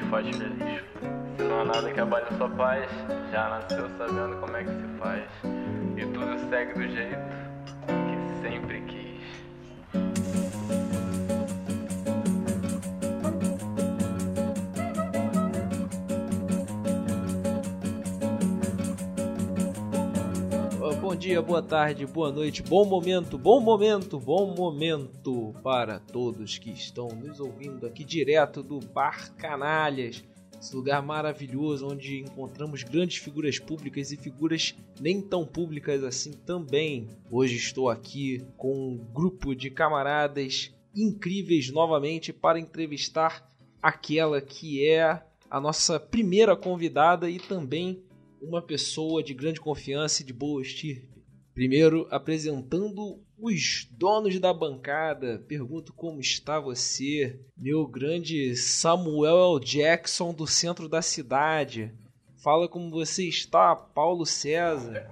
faz feliz. Se não há nada que abale a sua paz, já nasceu sabendo como é que se faz. E tudo segue do jeito que sempre quis. Bom dia, boa tarde, boa noite, bom momento para todos que estão nos ouvindo aqui direto do Bar Canalhas, esse lugar maravilhoso onde encontramos grandes figuras públicas e figuras nem tão públicas assim também. Hoje estou aqui com um grupo de camaradas incríveis novamente para entrevistar aquela que é a nossa primeira convidada e também uma pessoa de grande confiança e de boa estirpe. Primeiro, apresentando os donos da bancada, pergunto como está você, meu grande Samuel L. Jackson do centro da cidade. Fala como você está, Paulo César.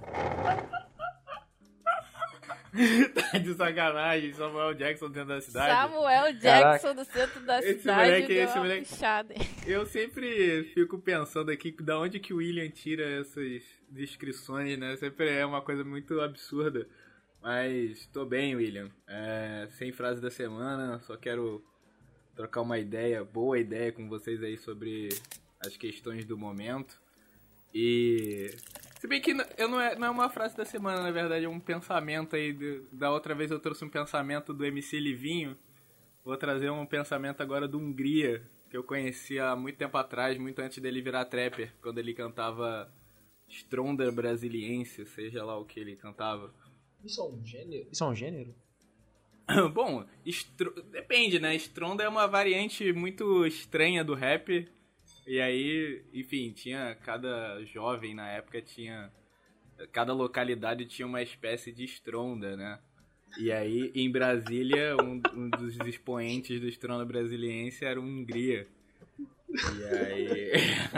Tá de sacanagem, Samuel Jackson dentro da cidade. Samuel Jackson do centro da cidade. Esse moleque. Eu sempre fico pensando aqui da onde que o William tira essas descrições, né? Sempre é uma coisa muito absurda. Mas tô bem, William. Sem frase da semana, só quero trocar uma boa ideia com vocês aí sobre as questões do momento. E... se bem que não é uma frase da semana, na verdade, é um pensamento aí. Da outra vez eu trouxe um pensamento do MC Livinho. Vou trazer um pensamento agora do Hungria, que eu conheci há muito tempo atrás, muito antes dele virar trapper, quando ele cantava Stronda Brasiliense, seja lá o que ele cantava. Isso é um gênero? Bom, depende, né? Stronda é uma variante muito estranha do rap. E aí, enfim, cada jovem na época cada localidade tinha uma espécie de estronda, né? E aí, em Brasília, um dos expoentes do estronda brasiliense era o Hungria. E aí...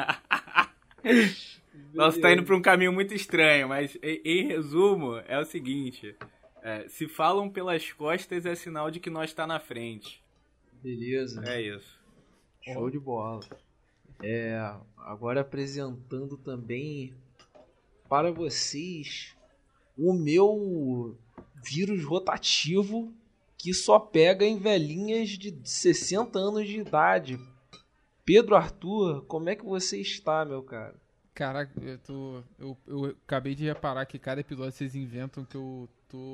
Nossa, tá indo pra um caminho muito estranho, mas em resumo, é o seguinte: se falam pelas costas é sinal de que nós tá na frente. Beleza. É isso. Show de bola. Agora apresentando também para vocês o meu vírus rotativo que só pega em velhinhas de 60 anos de idade. Pedro Arthur, como é que você está, meu cara? Caraca, eu acabei de reparar que cada episódio vocês inventam que eu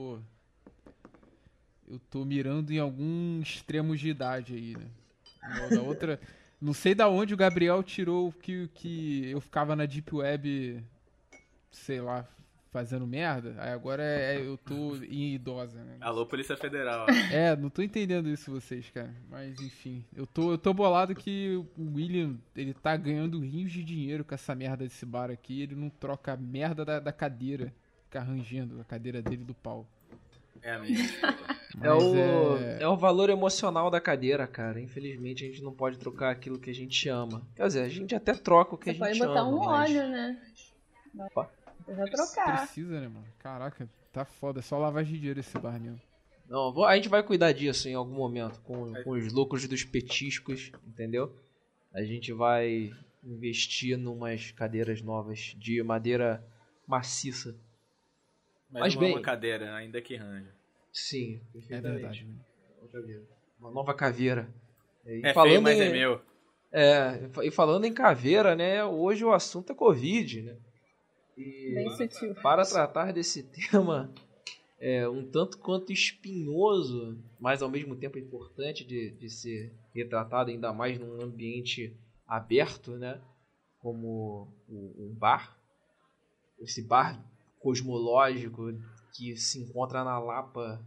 tô mirando em algum extremo de idade aí, né? Da outra... Não sei da onde o Gabriel tirou que eu ficava na Deep Web, sei lá, fazendo merda. Aí agora eu tô em idosa, né? Alô, Polícia Federal. Não tô entendendo isso vocês, cara. Mas enfim, eu tô bolado que o William, ele tá ganhando rios de dinheiro com essa merda desse bar aqui. Ele não troca a merda da cadeira, fica arranjando a cadeira dele do pau. É mesmo. É o valor emocional da cadeira, cara. Infelizmente a gente não pode trocar aquilo que a gente ama. Quer dizer, a gente até troca o que a gente ama. Você pode botar um mas... óleo, né? Opa. Precisa trocar. Precisa, né, mano? Caraca, tá foda. É só lavagem de dinheiro esse bar mesmo. Não, a gente vai cuidar disso em algum momento. Com os lucros dos petiscos, entendeu? A gente vai investir numas cadeiras novas de madeira maciça. Mas bem, uma cadeira, ainda que arranja. Sim, perfeitamente. Uma nova caveira. Feio, mas é meu. E falando em caveira, né? Hoje o assunto é Covid, né? Bem sutil. Para tratar desse tema um tanto quanto espinhoso, mas ao mesmo tempo importante de ser retratado, ainda mais num ambiente aberto, né? Como um bar. Esse bar cosmológico que se encontra na Lapa,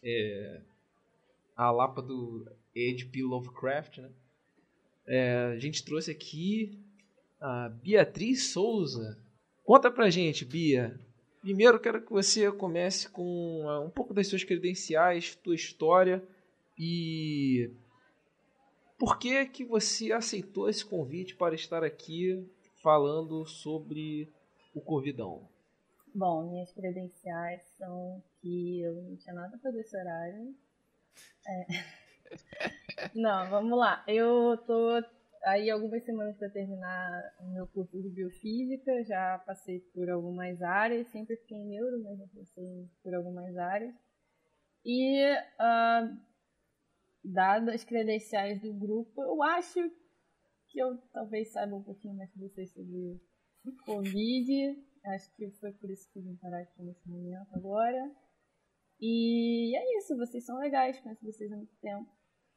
a Lapa do H.P. Lovecraft, né? A gente trouxe aqui a Beatriz Souza. Conta pra gente, Bia. Primeiro quero que você comece com um pouco das suas credenciais, tua história e por que você aceitou esse convite para estar aqui falando sobre o Covidão. Bom, minhas credenciais são que eu não tinha nada pra desse horário. Não, vamos lá. Eu tô aí algumas semanas para terminar o meu curso de biofísica, já passei por algumas áreas, sempre fiquei em neuro, mas já passei por algumas áreas. E, dadas as credenciais do grupo, eu acho que eu talvez saiba um pouquinho mais que vocês sobre Covid. Acho que foi por isso que vim parar aqui nesse momento agora. E é isso, vocês são legais, conheço vocês há muito tempo.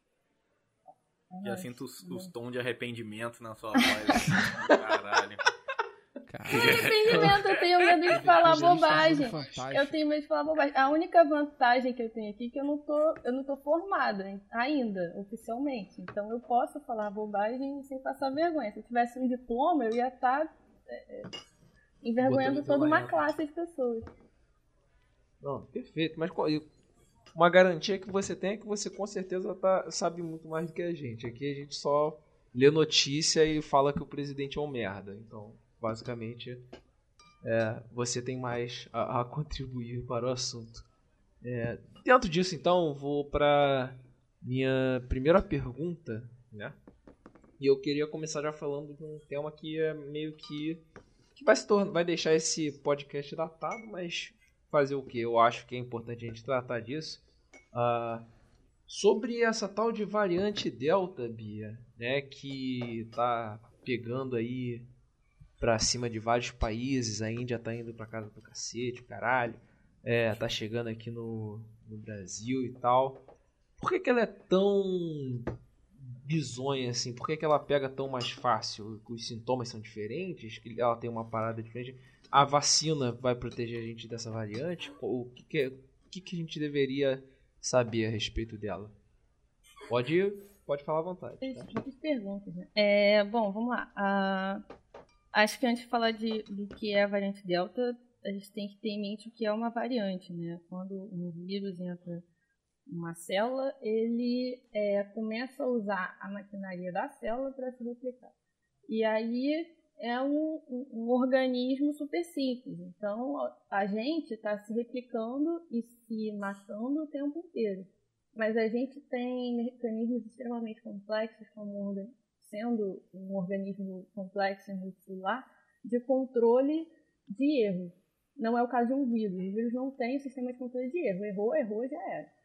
Já sinto os tons de arrependimento na sua voz. Caralho. Arrependimento, eu tenho medo de falar bobagem. Eu tenho medo de falar bobagem. A única vantagem que eu tenho aqui é que eu não tô formada ainda, oficialmente. Então eu posso falar bobagem sem passar vergonha. Se eu tivesse um diploma, eu ia estar envergonhando toda uma classe de pessoas. Não, perfeito. Mas uma garantia que você tem é que você com certeza sabe muito mais do que a gente. Aqui a gente só lê notícia e fala que o presidente é um merda. Então, basicamente, você tem mais a contribuir para o assunto. Dentro disso, então, vou para minha primeira pergunta, né? E eu queria começar já falando de um tema que é meio que vai deixar esse podcast datado, mas fazer o que? Eu acho que é importante a gente tratar disso. Sobre essa tal de variante Delta, Bia, né, que tá pegando aí pra cima de vários países, a Índia tá indo pra casa do cacete, caralho, tá chegando aqui no Brasil e tal. Por que ela é tão bizonha assim? Por que ela pega tão mais fácil? Os sintomas são diferentes? Que ela tem uma parada diferente? A vacina vai proteger a gente dessa variante? O que a gente deveria saber a respeito dela? Pode falar à vontade. Tá? Muitas perguntas, né? Bom, vamos lá. Acho que antes de falar do que é a variante Delta, a gente tem que ter em mente o que é uma variante, né? Quando um vírus entra numa célula, ele começa a usar a maquinaria da célula para se replicar. E aí é um organismo super simples. Então, a gente está se replicando e se matando o tempo inteiro. Mas a gente tem mecanismos extremamente complexos, como sendo um organismo complexo e multicelular, de controle de erro. Não é o caso de um vírus. O vírus não tem sistema de controle de erro. Errou, já era.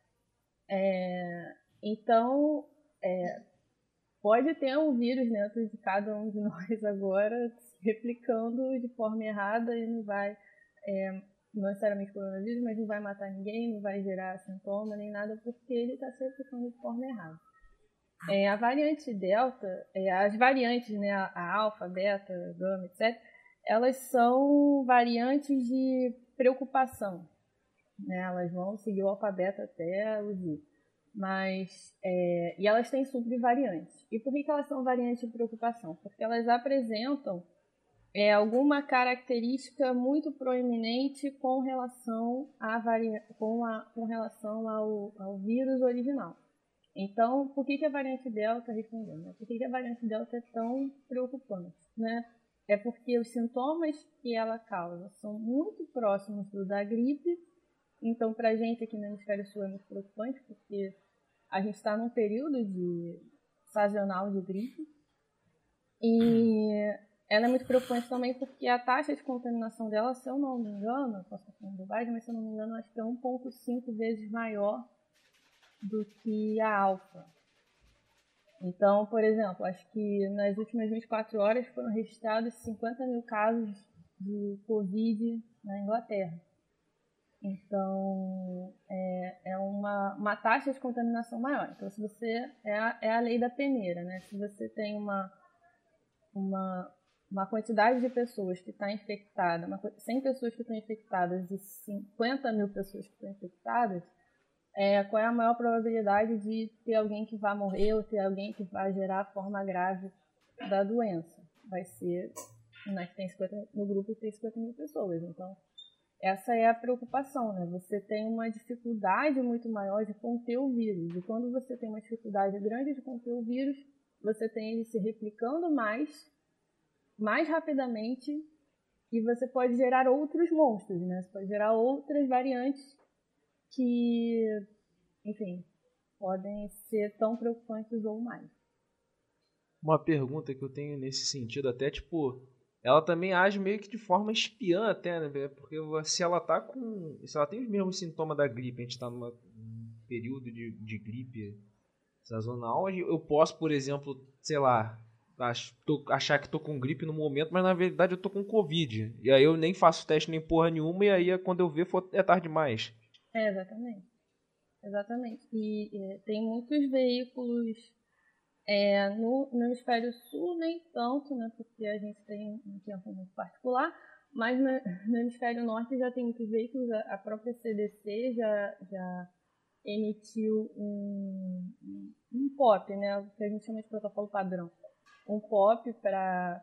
Então, pode ter um vírus dentro de cada um de nós agora se replicando de forma errada e não vai, não necessariamente coronavírus, mas não vai matar ninguém, não vai gerar sintoma nem nada, porque ele está se replicando de forma errada. A variante Delta, as variantes, né, a alfa, beta, gama, etc., elas são variantes de preocupação. Né? Elas vão seguir o alfabeto até o Z. E elas têm subvariantes. E por que elas são variantes de preocupação? Porque elas apresentam alguma característica muito proeminente com relação com relação ao vírus original. Então, por que a variante Delta, respondendo, por que a variante Delta é tão preocupante? Né? É porque os sintomas que ela causa são muito próximos do da gripe. Então, para a gente aqui no Hemisfério Sul é muito preocupante, porque a gente está num período sazonal de gripe. E ela é muito preocupante também porque a taxa de contaminação dela, se eu não me engano, posso estar falando bobagem, mas se eu não me engano, acho que é 1,5 vezes maior do que a alfa. Então, por exemplo, acho que nas últimas 24 horas foram registrados 50 mil casos de Covid na Inglaterra. Então, é uma taxa de contaminação maior. Então, se você é a lei da peneira, né? Se você tem uma quantidade de pessoas que está infectada, 100 pessoas que estão infectadas e 50 mil pessoas que estão infectadas, qual é a maior probabilidade de ter alguém que vai morrer ou ter alguém que vai gerar a forma grave da doença? Vai ser, né, que tem no grupo tem 50 mil pessoas. Então, essa é a preocupação, né? Você tem uma dificuldade muito maior de conter o vírus. E quando você tem uma dificuldade grande de conter o vírus, você tem ele se replicando mais rapidamente, e você pode gerar outros monstros, né? Você pode gerar outras variantes que, enfim, podem ser tão preocupantes ou mais. uma pergunta que eu tenho nesse sentido, até tipo, ela também age meio que de forma espiã até, né? Porque se ela tá com. Se ela tem os mesmos sintomas da gripe, a gente tá num período de gripe sazonal, eu posso, por exemplo, sei lá, achar que tô com gripe no momento, mas na verdade eu tô com Covid. E aí eu nem faço teste nem porra nenhuma, e aí quando eu ver é tarde demais. Exatamente. Exatamente. E tem muitos veículos no hemisfério sul, nem tanto, né? Porque a gente tem um tempo muito particular, mas no hemisfério norte já tem muitos veículos. A própria CDC já emitiu um POP, né? O que a gente chama de protocolo padrão. Um POP para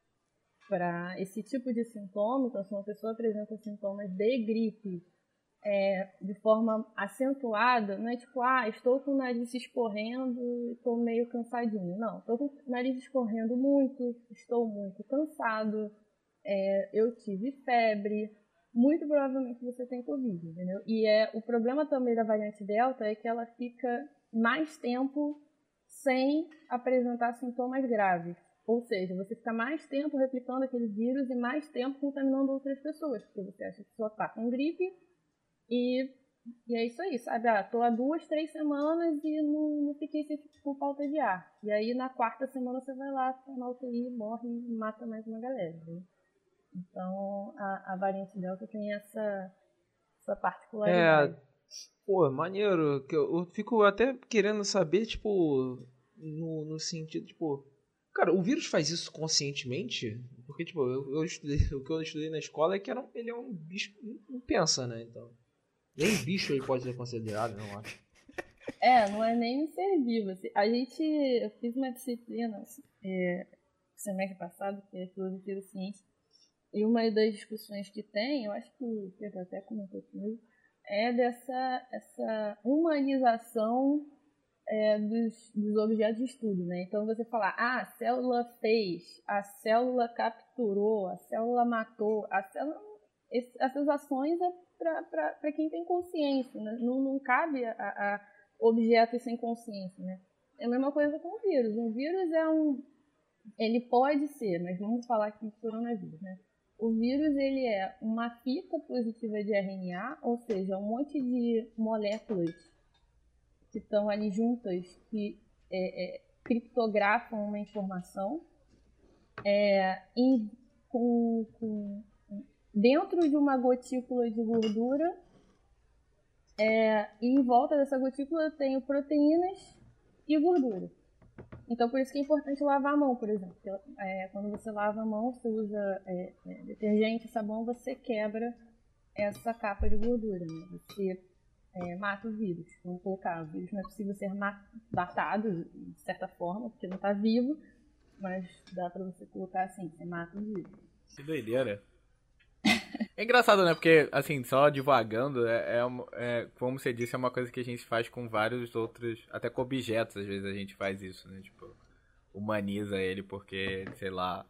esse tipo de sintoma. Então, se uma pessoa apresenta sintomas de gripe de forma acentuada, não é tipo, estou com o nariz escorrendo e estou meio cansadinho. Não, estou com o nariz escorrendo muito, estou muito cansado, eu tive febre. Muito provavelmente você tem Covid, entendeu? E o problema também da variante Delta é que ela fica mais tempo sem apresentar sintomas graves. Ou seja, você fica mais tempo replicando aquele vírus e mais tempo contaminando outras pessoas, porque você acha que só está com gripe e é isso aí, sabe? Tô há 2, 3 semanas e não fiquei com falta de ar. E aí na 4ª semana você vai lá, tá na UTI, morre e mata mais uma galera, né? Então, a variante Delta tem essa particularidade. Pô, maneiro. Eu fico até querendo saber, tipo, no sentido, tipo... Cara, o vírus faz isso conscientemente? Porque, tipo, eu estudei, o que eu estudei na escola é que ele é um bicho que não pensa, né? Então, nem bicho ele pode ser considerado, não acho. Não é nem um ser vivo. Eu fiz uma disciplina semestre passado, que é Filosofia da Ciência. E uma das discussões que tem, eu acho que o Pedro até comentou comigo, é essa humanização dos objetos de estudo, né? Então você falar, a célula fez, a célula capturou, a célula matou, essas ações para quem tem consciência, né? Não cabe a objetos sem consciência, né? É a mesma coisa com o vírus. Um vírus ele pode ser, mas vamos falar aqui de coronavírus, né? O vírus, ele é uma fita positiva de RNA, ou seja, um monte de moléculas que estão ali juntas, que criptografam uma informação dentro de uma gotícula de gordura, e em volta dessa gotícula tem proteínas e gordura. Então, por isso que é importante lavar a mão, por exemplo. Quando você lava a mão, você usa detergente, sabão, você quebra essa capa de gordura, né? Você mata o vírus. Vamos colocar, o vírus não é possível ser matado, de certa forma, porque não está vivo, mas dá pra você colocar assim, você mata o vírus. Que doideira. É engraçado, né? Porque, assim, só divagando, como você disse, é uma coisa que a gente faz com vários outros, até com objetos, às vezes a gente faz isso, né? Tipo, humaniza ele porque, sei lá,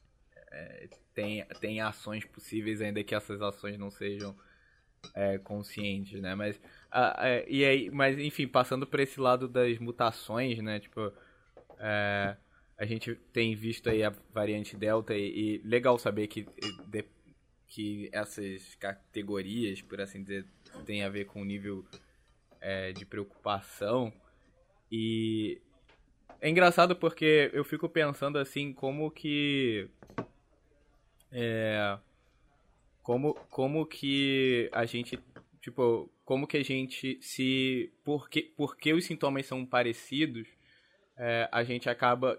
tem ações possíveis, ainda que essas ações não sejam conscientes, né? Mas, mas, enfim, passando por esse lado das mutações, né? Tipo, a gente tem visto aí a variante Delta e legal saber que essas categorias, por assim dizer, tem a ver com o nível de preocupação. E é engraçado porque eu fico pensando assim, como que a gente, tipo, como que a gente porque os sintomas são parecidos, a gente acaba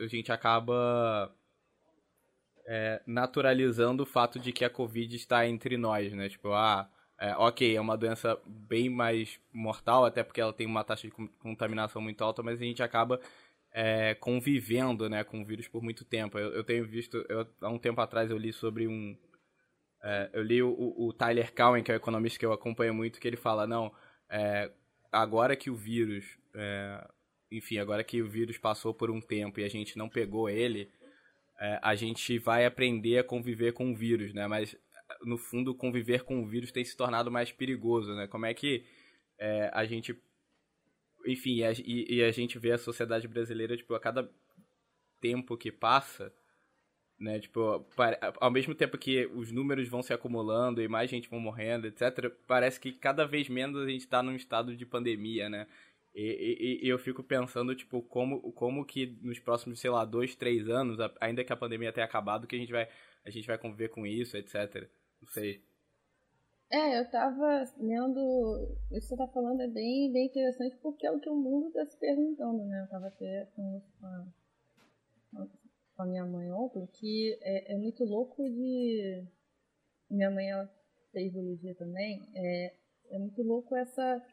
naturalizando o fato de que a Covid está entre nós, né? Tipo, ok, é uma doença bem mais mortal, até porque ela tem uma taxa de contaminação muito alta, mas a gente acaba convivendo, né, com o vírus por muito tempo. Eu tenho visto, há um tempo atrás eu li sobre eu li o Tyler Cowen, que é o economista que eu acompanho muito, que ele fala, agora que o vírus, agora que o vírus passou por um tempo e a gente não pegou ele, a gente vai aprender a conviver com o vírus, né? Mas, no fundo, conviver com o vírus tem se tornado mais perigoso, né? Como é que a gente... Enfim, a gente vê a sociedade brasileira, tipo, a cada tempo que passa, né, tipo, ao mesmo tempo que os números vão se acumulando e mais gente vão morrendo, etc., parece que cada vez menos a gente tá num estado de pandemia, né? E eu fico pensando, tipo, como que nos próximos, sei lá, 2, 3 anos, ainda que a pandemia tenha acabado, que a gente vai conviver com isso, etc. Não sei. Eu tava lendo. Isso que você tá falando é bem interessante porque é o que o mundo tá se perguntando, né? Eu tava até com isso com a minha mãe ontem, que é muito louco de. Minha mãe, ela fez biologia também. É muito louco essa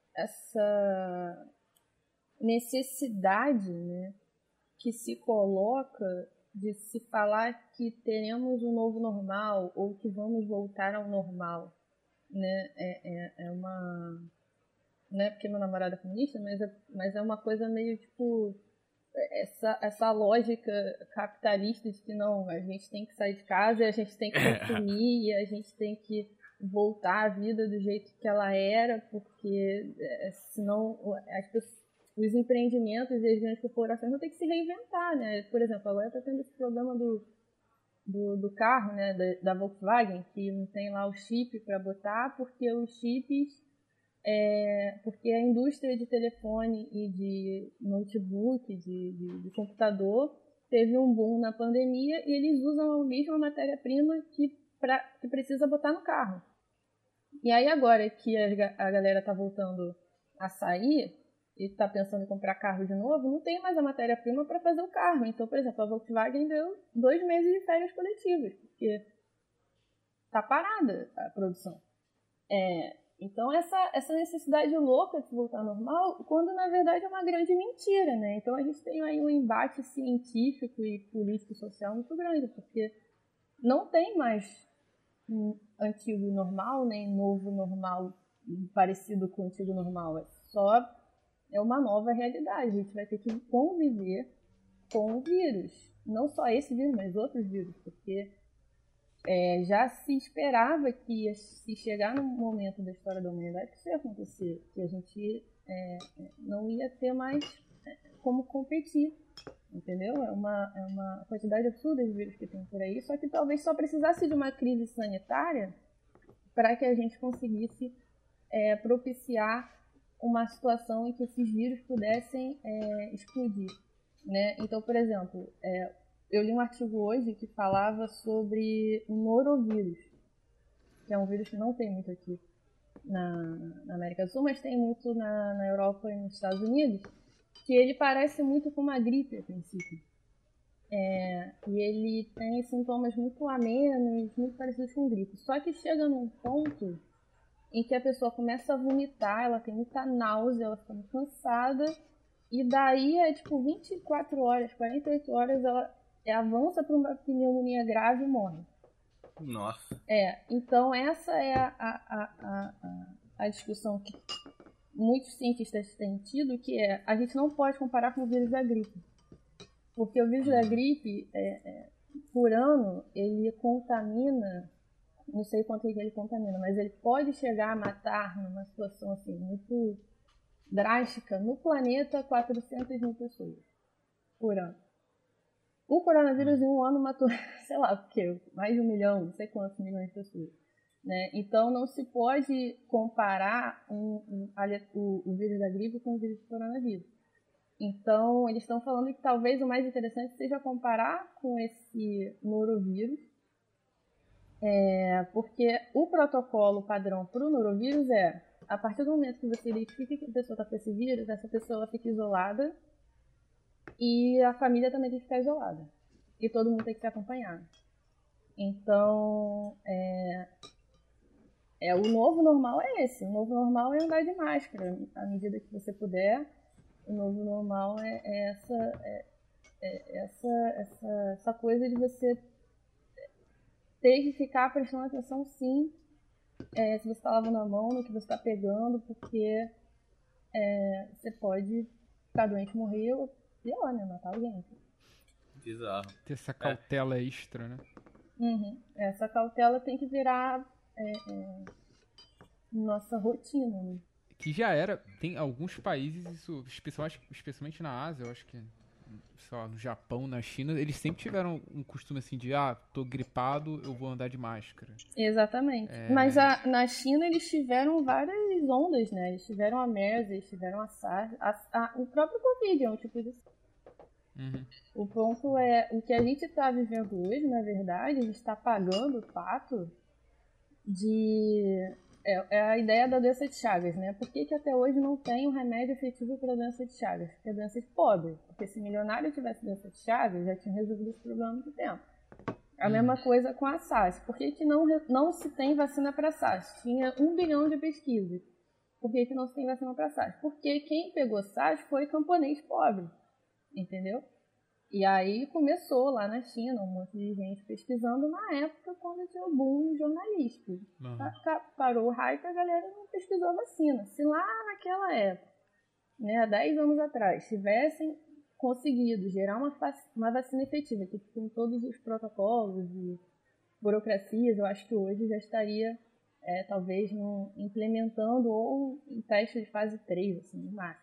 necessidade, né, que se coloca de se falar que teremos um novo normal ou que vamos voltar ao normal, né? É uma, não é porque meu namorado é comunista, mas é uma coisa meio tipo essa lógica capitalista de que não, a gente tem que sair de casa, a gente tem que consumir e a gente tem que voltar à vida do jeito que ela era, porque senão os empreendimentos e as grandes corporações vão ter que se reinventar, né? Por exemplo, agora está tendo esse problema do carro, né, da Volkswagen, que não tem lá o chip para botar, porque os chips, porque a indústria de telefone e de notebook, de computador, teve um boom na pandemia e eles usam a mesma matéria-prima que precisa botar no carro. E aí agora que a galera tá voltando a sair e está pensando em comprar carro de novo, não tem mais a matéria-prima para fazer o carro. Então, por exemplo, a Volkswagen deu 2 meses de férias coletivas, porque está parada a produção. Então, essa necessidade louca de voltar ao normal, quando na verdade é uma grande mentira, né? Então, a gente tem aí um embate científico e político-social muito grande, porque não tem mais um antigo normal, nem novo normal parecido com o antigo normal. É uma nova realidade. A gente vai ter que conviver com o vírus. Não só esse vírus, mas outros vírus. Porque já se esperava que ia se chegar num momento da história da humanidade que isso ia acontecer. Que a gente não ia ter mais como competir. Entendeu? É uma quantidade absurda de vírus que tem por aí. Só que talvez só precisasse de uma crise sanitária para que a gente conseguisse propiciar uma situação em que esses vírus pudessem explodir, né? Então, por exemplo, eu li um artigo hoje que falava sobre o norovírus, que é um vírus que não tem muito aqui na América do Sul, mas tem muito na Europa e nos Estados Unidos, que ele parece muito com uma gripe a princípio. E ele tem sintomas muito amenos, muito parecidos com gripe. Só que chega num ponto em que a pessoa começa a vomitar, ela tem muita náusea, ela fica muito cansada, e daí 24 horas, 48 horas, ela avança para uma pneumonia grave e morre. Nossa. Então essa é a discussão que muitos cientistas têm tido, que a gente não pode comparar com o vírus da gripe. Porque o vírus da gripe, por ano, ele contamina, não sei quanto ele contamina, mas ele pode chegar a matar, numa situação assim, muito drástica, no planeta 400 mil pessoas por ano. O coronavírus em um ano matou, sei lá, mais de 1 milhão, não sei quantos milhões de pessoas. Né? Então não se pode comparar o vírus da gripe com o vírus do coronavírus. Então eles estão falando que talvez o mais interessante seja comparar com esse norovírus, porque o protocolo padrão para o norovírus a partir do momento que você identifica que a pessoa está com esse vírus, essa pessoa fica isolada e a família também tem que ficar isolada. E todo mundo tem que ser acompanhado. Então, o novo normal é esse. O novo normal é andar de máscara à medida que você puder. O novo normal é essa coisa de você ter que ficar prestando atenção, sim, se você está lavando a mão, no que você está pegando, porque você pode ficar doente, morrer, ou pior, né? Matar alguém. Bizarro. Ter essa cautela extra, né? Uhum. Essa cautela tem que virar nossa rotina, né? Que já era, tem alguns países, isso, especialmente na Ásia, eu acho que sei lá, no Japão, na China, eles sempre tiveram um costume assim de, tô gripado, eu vou andar de máscara. Exatamente. Mas na China eles tiveram várias ondas, né? Eles tiveram a MERS, eles tiveram a SARS, o próprio Covid é um tipo de... O ponto é, o que a gente está vivendo hoje, na verdade, a gente está pagando o pato de... É a ideia da doença de Chagas, né? Por que até hoje não tem um remédio efetivo para a doença de Chagas? Porque é doença de pobre. Porque se milionário tivesse doença de Chagas, já tinha resolvido esse problema há muito tempo. A mesma coisa com a SARS. Por que não se tem vacina para SARS? Tinha 1 bilhão de pesquisas. Por que não se tem vacina para SARS? Porque quem pegou SARS foi camponês pobre. Entendeu? E aí começou lá na China um monte de gente pesquisando na época quando tinha o boom jornalístico. Parou o hype e a galera não pesquisou a vacina. Se lá naquela época, né, há 10 anos atrás, tivessem conseguido gerar uma vacina efetiva, que com todos os protocolos e burocracias, eu acho que hoje já estaria talvez implementando ou em teste de fase 3, assim, no máximo.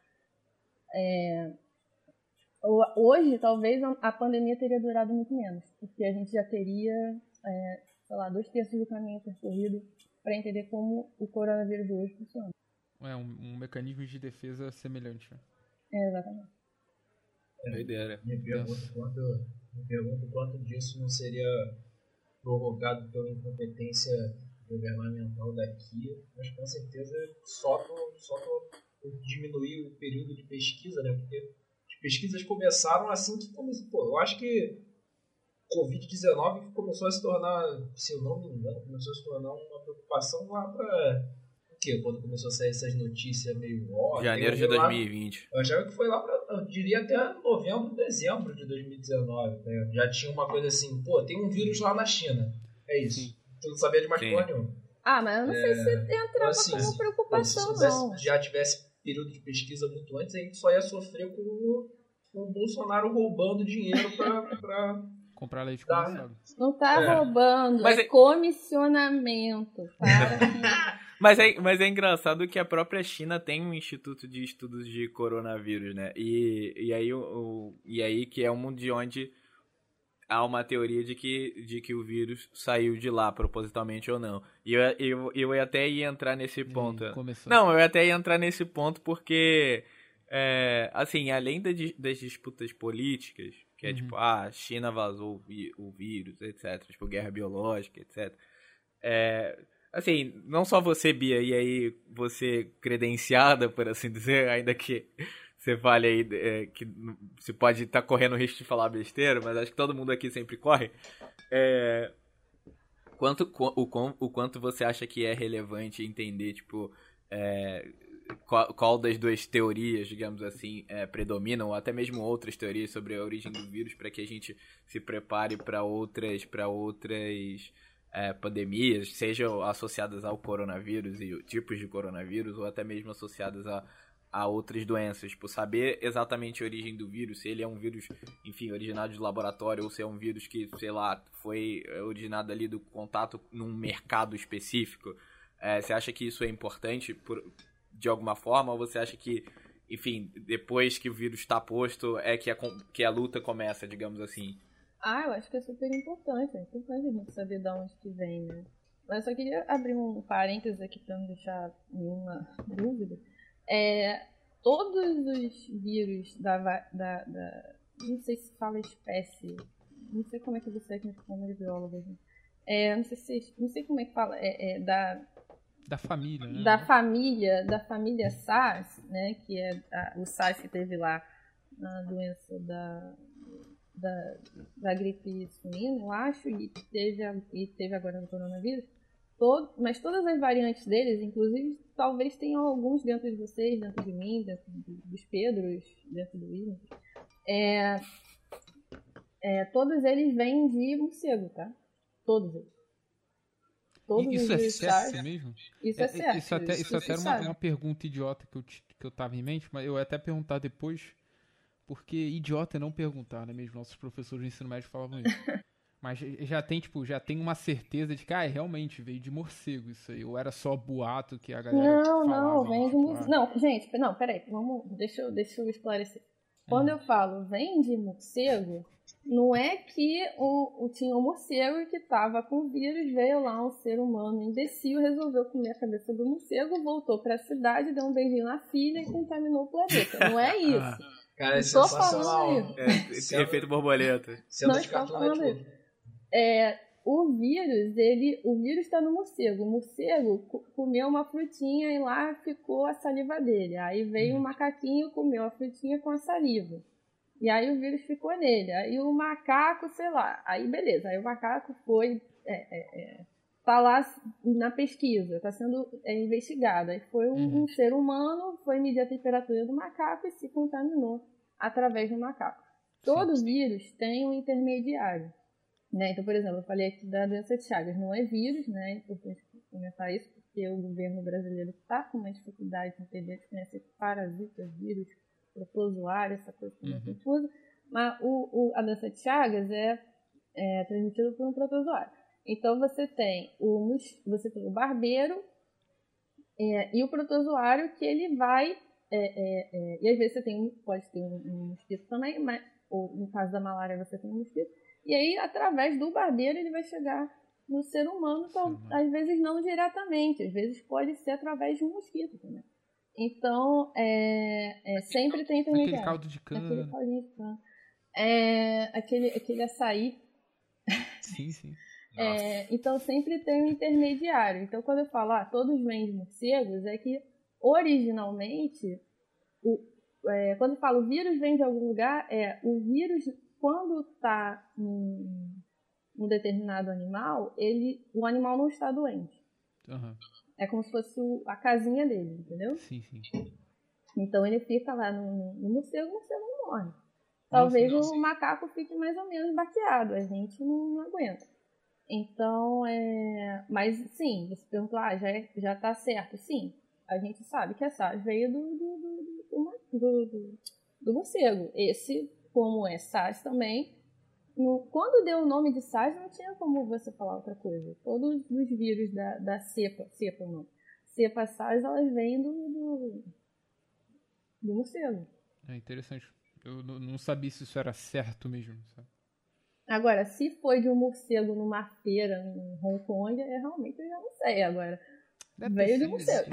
Hoje, talvez a pandemia teria durado muito menos, porque a gente já teria, sei lá, 2/3 do caminho percorrido para entender como o coronavírus hoje funciona. Um mecanismo de defesa semelhante. Exatamente. Doideira. Me pergunto quanto disso não seria provocado pela incompetência governamental daqui, mas com certeza só por diminuir o período de pesquisa, né? Porque as pesquisas começaram assim que começou. Eu acho que Covid-19 começou a se tornar, se eu não me engano, começou a se tornar uma preocupação lá para o quê? Quando começou a sair essas notícias meio janeiro de 2020. Eu achava que foi lá para, eu diria até novembro, dezembro de 2019. Né? Já tinha uma coisa assim, tem um vírus lá na China. É isso. Sim. Tu não sabia de mais porra nenhuma. Mas eu não sei se entrava como preocupação, não. Se já tivesse período de pesquisa muito antes, a gente só ia sofrer com o Bolsonaro roubando dinheiro para comprar leite condensado. Não tá roubando, mas é comissionamento. Mas é engraçado que a própria China tem um instituto de estudos de coronavírus, né? E aí que é um de onde há uma teoria de que o vírus saiu de lá, propositalmente ou não. E eu até ia entrar nesse ponto. Não, eu até ia entrar nesse ponto porque, assim, além das disputas políticas, que é tipo, a China vazou o vírus, etc. Tipo, guerra biológica, etc. Assim, não só você, Bia, e aí você credenciada, por assim dizer, ainda que você fale aí que você pode estar correndo o risco de falar besteira, mas acho que todo mundo aqui sempre corre. O quanto você acha que é relevante entender, tipo, qual das duas teorias, digamos assim, predominam, ou até mesmo outras teorias sobre a origem do vírus, para que a gente se prepare para outras pandemias, sejam associadas ao coronavírus e tipos de coronavírus, ou até mesmo associadas a outras doenças, tipo, saber exatamente a origem do vírus, se ele é um vírus, enfim, originado de laboratório, ou se é um vírus que, sei lá, foi originado ali do contato num mercado específico. Você acha que isso é importante de alguma forma, ou você acha que, enfim, depois que o vírus está posto, que a luta começa, digamos assim? Eu acho que é super importante. É importante a gente saber de onde que vem, né? Mas eu só queria abrir um parênteses aqui para não deixar nenhuma dúvida. Todos os vírus não sei se fala espécie, não sei como é que você é que me chama de biólogo, não sei como é que fala, da família, né? Da família SARS, né, que é o SARS que teve lá na doença da gripe suína, eu acho, e teve agora no coronavírus. Mas todas as variantes deles, inclusive, talvez tenham alguns dentro de vocês, dentro de mim, dentro dos Pedros, dentro do William. Todos eles vêm de morcego, tá? Todos eles. Isso é certo mesmo? Isso é certo. Isso até era uma pergunta idiota que eu tava em mente, mas eu ia até perguntar depois, porque idiota é não perguntar, né mesmo? Nossos professores de ensino médio falavam isso. Mas já tem uma certeza de que, realmente veio de morcego isso aí. Ou era só boato que a galera falava? Não, vem de morcego. Não, gente, peraí. Deixa eu esclarecer. Quando eu falo vem de morcego, não é que tinha um morcego que estava com vírus, veio lá um ser humano imbecil, resolveu comer a cabeça do morcego, voltou para a cidade, deu um beijinho na filha e contaminou o planeta. Não é isso. Cara, é não estou falando sensacional. isso. Efeito borboleta. Cena Não de estou Cartoon falando Network. isso. O vírus está no morcego. O morcego comeu uma frutinha e lá ficou a saliva dele. Aí veio um macaquinho, comeu a frutinha com a saliva. E aí o vírus ficou nele. Aí o macaco, sei lá. Aí beleza. Aí o macaco foi... tá lá na pesquisa. Está sendo investigado. Aí foi um ser humano, foi medir a temperatura do macaco e se contaminou através do macaco. Todo vírus tem um intermediário. Né? Então, por exemplo, eu falei aqui da doença de Chagas, não é vírus, né? É importante comentar isso, porque o governo brasileiro está com uma dificuldade de entender que conhece parasita, vírus, protozoário, essa coisa que é confusa, mas a doença de Chagas é transmitida por um protozoário. Então, você tem o barbeiro e o protozoário que ele vai... e às vezes você pode ter um mosquito também, ou no caso da malária você tem um mosquito. E aí, através do barbeiro, ele vai chegar no ser humano, então, às vezes não diretamente, às vezes pode ser através de um mosquito também. Então, sempre tem intermediário. Aquele caldo de cana. Aquele caldinho de cana. Aquele açaí. Sim, sim. Então, sempre tem um intermediário. Então, quando eu falo, todos vêm de morcegos, é que, originalmente, quando eu falo vírus vem de algum lugar, o vírus... Quando está num determinado animal, o animal não está doente. Uhum. É como se fosse a casinha dele, entendeu? Sim, sim. Então ele fica lá no morcego, o morcego não morre. Talvez o macaco fique mais ou menos baqueado, a gente não aguenta. Então, mas sim, você perguntou, já está certo. Sim, a gente sabe que a SARS veio do morcego. Esse... Como é SARS também, quando deu o nome de SARS não tinha como você falar outra coisa. Todos os vírus da cepa SARS, elas vêm do morcego. É interessante. Eu não sabia se isso era certo mesmo, sabe? Agora, se foi de um morcego numa feira em Hong Kong, realmente eu já não sei agora. Veio de morcego.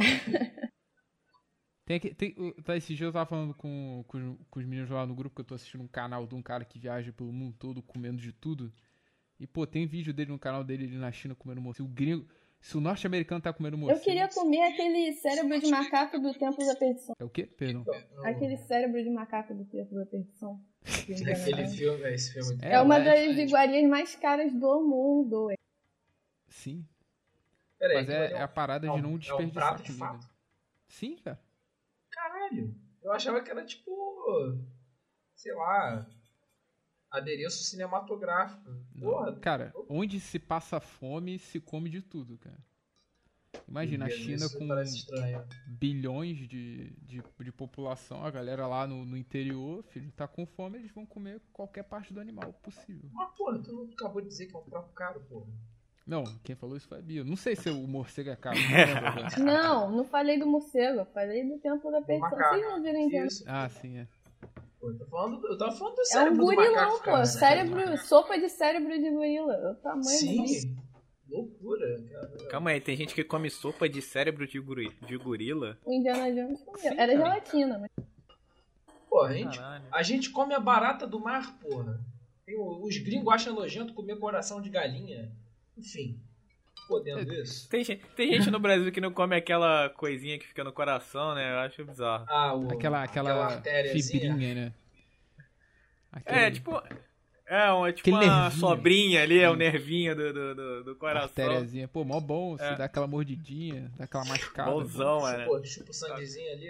Esse dia eu tava falando com os meninos lá no grupo, que eu tô assistindo um canal de um cara que viaja pelo mundo todo comendo de tudo. E, tem vídeo dele no canal dele ali na China comendo morcego. Se o norte-americano tá comendo morcego... Eu queria comer aquele cérebro de macaco do Templo da Perdição. É o quê? Perdão. Aquele cérebro de macaco do Templo da Perdição. Aquele filme, esse filme... É uma das iguarias mais caras do mundo. Sim. Peraí, mas é a parada de não desperdiçar um prato de comida. fato? Sim, cara. Caralho. Eu achava que era tipo... Sei lá... Adereço cinematográfico. Porra. Cara, onde se passa fome, se come de tudo, cara. Imagina, a China com bilhões de população, a galera lá no interior, filho, tá com fome, eles vão comer qualquer parte do animal possível. Mas, porra, tu não acabou de dizer que é um prato caro, porra. Não, quem falou isso foi a Bia. Não sei se o morcego é caro. Não falei do morcego, eu falei do Templo da Perdição. Vocês não viram entender? Ah, sim, é. Pô, eu tava falando do cérebro do gorilão, macaco, cara. Sopa de cérebro de gorila. É o tamanho do bicho. Loucura, cara. Calma aí, tem gente que come sopa de cérebro de gorila? O Indiana Jones comeu. Era gelatina, mas... Pô, a gente come a barata do mar, porra. Os gringos acham nojento comer coração de galinha. Enfim, podendo isso. Tem gente no Brasil que não come aquela coisinha que fica no coração, né? Eu acho bizarro. Aquela fibrinha, né? Tipo uma sobrinha ali, o nervinho do coração. Artériazinha. Pô, mó bom, você dá aquela mordidinha, dá aquela mascada. Bonzão, né? Pô, chupa o sanguezinho ali.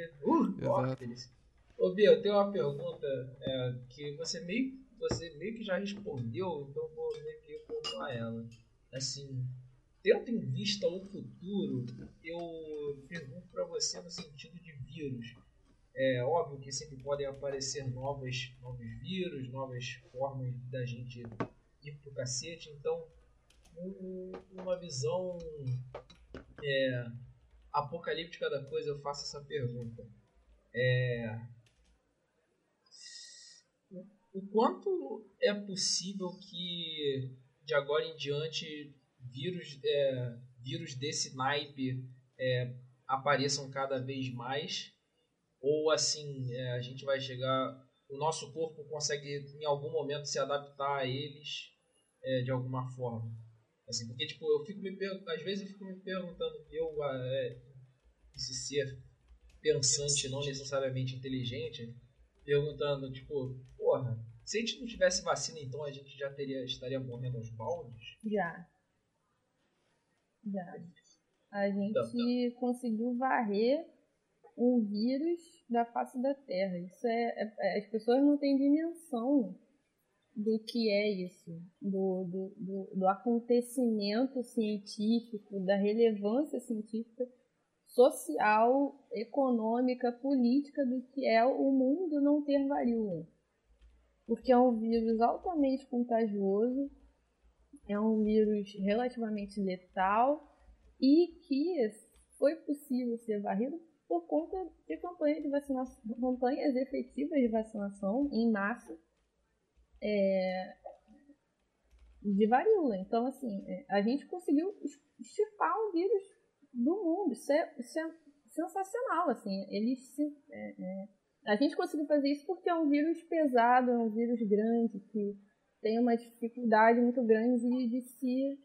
Ô, Bia, eu tenho uma pergunta que você meio que já respondeu, então eu vou meio que pontuar ela. Assim, tendo em vista o futuro, eu pergunto pra você no sentido de vírus. É óbvio que sempre podem aparecer novos vírus, novas formas da gente ir pro cacete. Então, uma visão apocalíptica da coisa, eu faço essa pergunta. o quanto é possível que de agora em diante vírus desse naipe apareçam cada vez mais, ou assim, a gente vai chegar, o nosso corpo consegue em algum momento se adaptar a eles de alguma forma, assim, porque tipo, às vezes eu fico me perguntando, esse ser pensante, não necessariamente inteligente, perguntando, tipo, porra, se a gente não tivesse vacina, então a gente já estaria morrendo aos baldes? Já. A gente conseguiu varrer um vírus da face da Terra. Isso as pessoas não têm dimensão do que é isso, do acontecimento científico, da relevância científica, social, econômica, política do que é o mundo não ter varíola. Porque é um vírus altamente contagioso, é um vírus relativamente letal e que foi possível ser varrido por conta de campanhas efetivas de vacinação em massa de varíola. Então, assim, a gente conseguiu extirpar um vírus do mundo. Isso é sensacional, assim. A gente conseguiu fazer isso porque é um vírus pesado, é um vírus grande, que tem uma dificuldade muito grande de se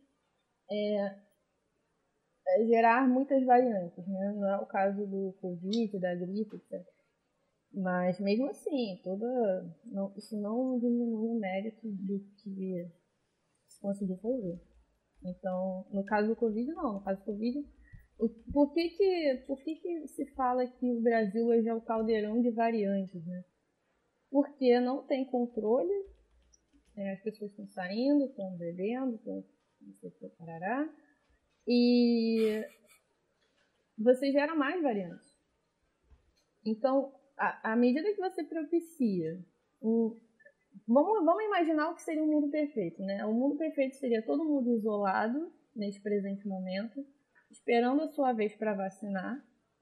gerar muitas variantes, né? Não é o caso do Covid, da gripe, etc. Mas mesmo assim, isso não diminui o mérito do que se conseguiu fazer. Então, no caso do Covid, não. No caso do Covid, por que se fala que o Brasil hoje é o caldeirão de variantes, né? Porque não tem controle, as pessoas estão saindo, estão bebendo, estão não sei o que, parará, e você gera mais variantes. Então, à medida que você propicia vamos imaginar o que seria um mundo perfeito, né? O mundo perfeito seria todo mundo isolado nesse presente momento, esperando a sua vez para vacinar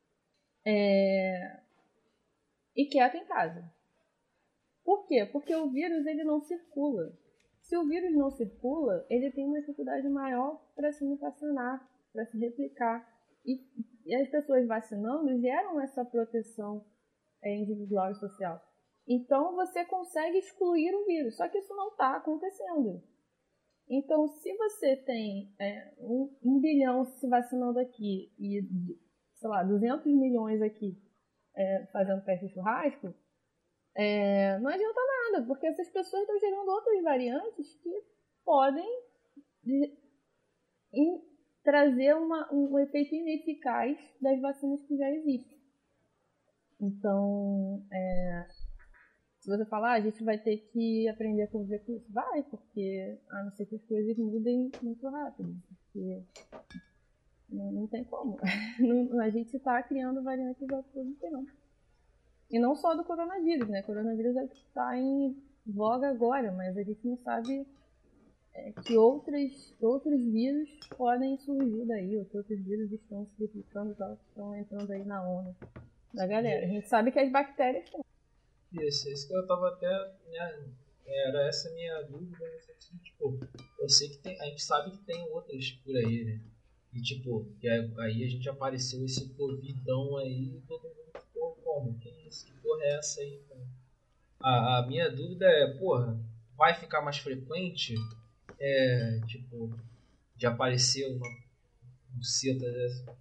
e quieto em casa. Por quê? Porque o vírus ele não circula. Se o vírus não circula, ele tem uma dificuldade maior para se mutacionar, para se replicar. E as pessoas vacinando geram essa proteção individual e social. Então, você consegue excluir o vírus, só que isso não está acontecendo. Então, se você tem 1 bilhão se vacinando aqui e, sei lá, 200 milhões aqui fazendo festa de churrasco, não adianta nada, porque essas pessoas estão gerando outras variantes que podem trazer um efeito ineficaz das vacinas que já existem. Então, se você falar, a gente vai ter que aprender a conviver com isso. Vai, porque a não ser que as coisas mudem muito rápido. Porque não tem como. A gente está criando variantes a todo tempo. E não só do coronavírus, né? O coronavírus é o que está em voga agora, mas a gente não sabe que outros vírus podem surgir daí, outros vírus estão se replicando e tal, estão entrando aí na onda da galera. A gente sabe que as bactérias estão. Isso que eu tava até, né, era essa minha dúvida, tipo, eu sei que a gente sabe que tem outras por aí, né, e tipo, aí a gente apareceu esse covidão aí e todo mundo ficou como, que isso, que porra é essa aí, cara? A minha dúvida é, porra, vai ficar mais frequente, tipo, de aparecer uma buceta dessa?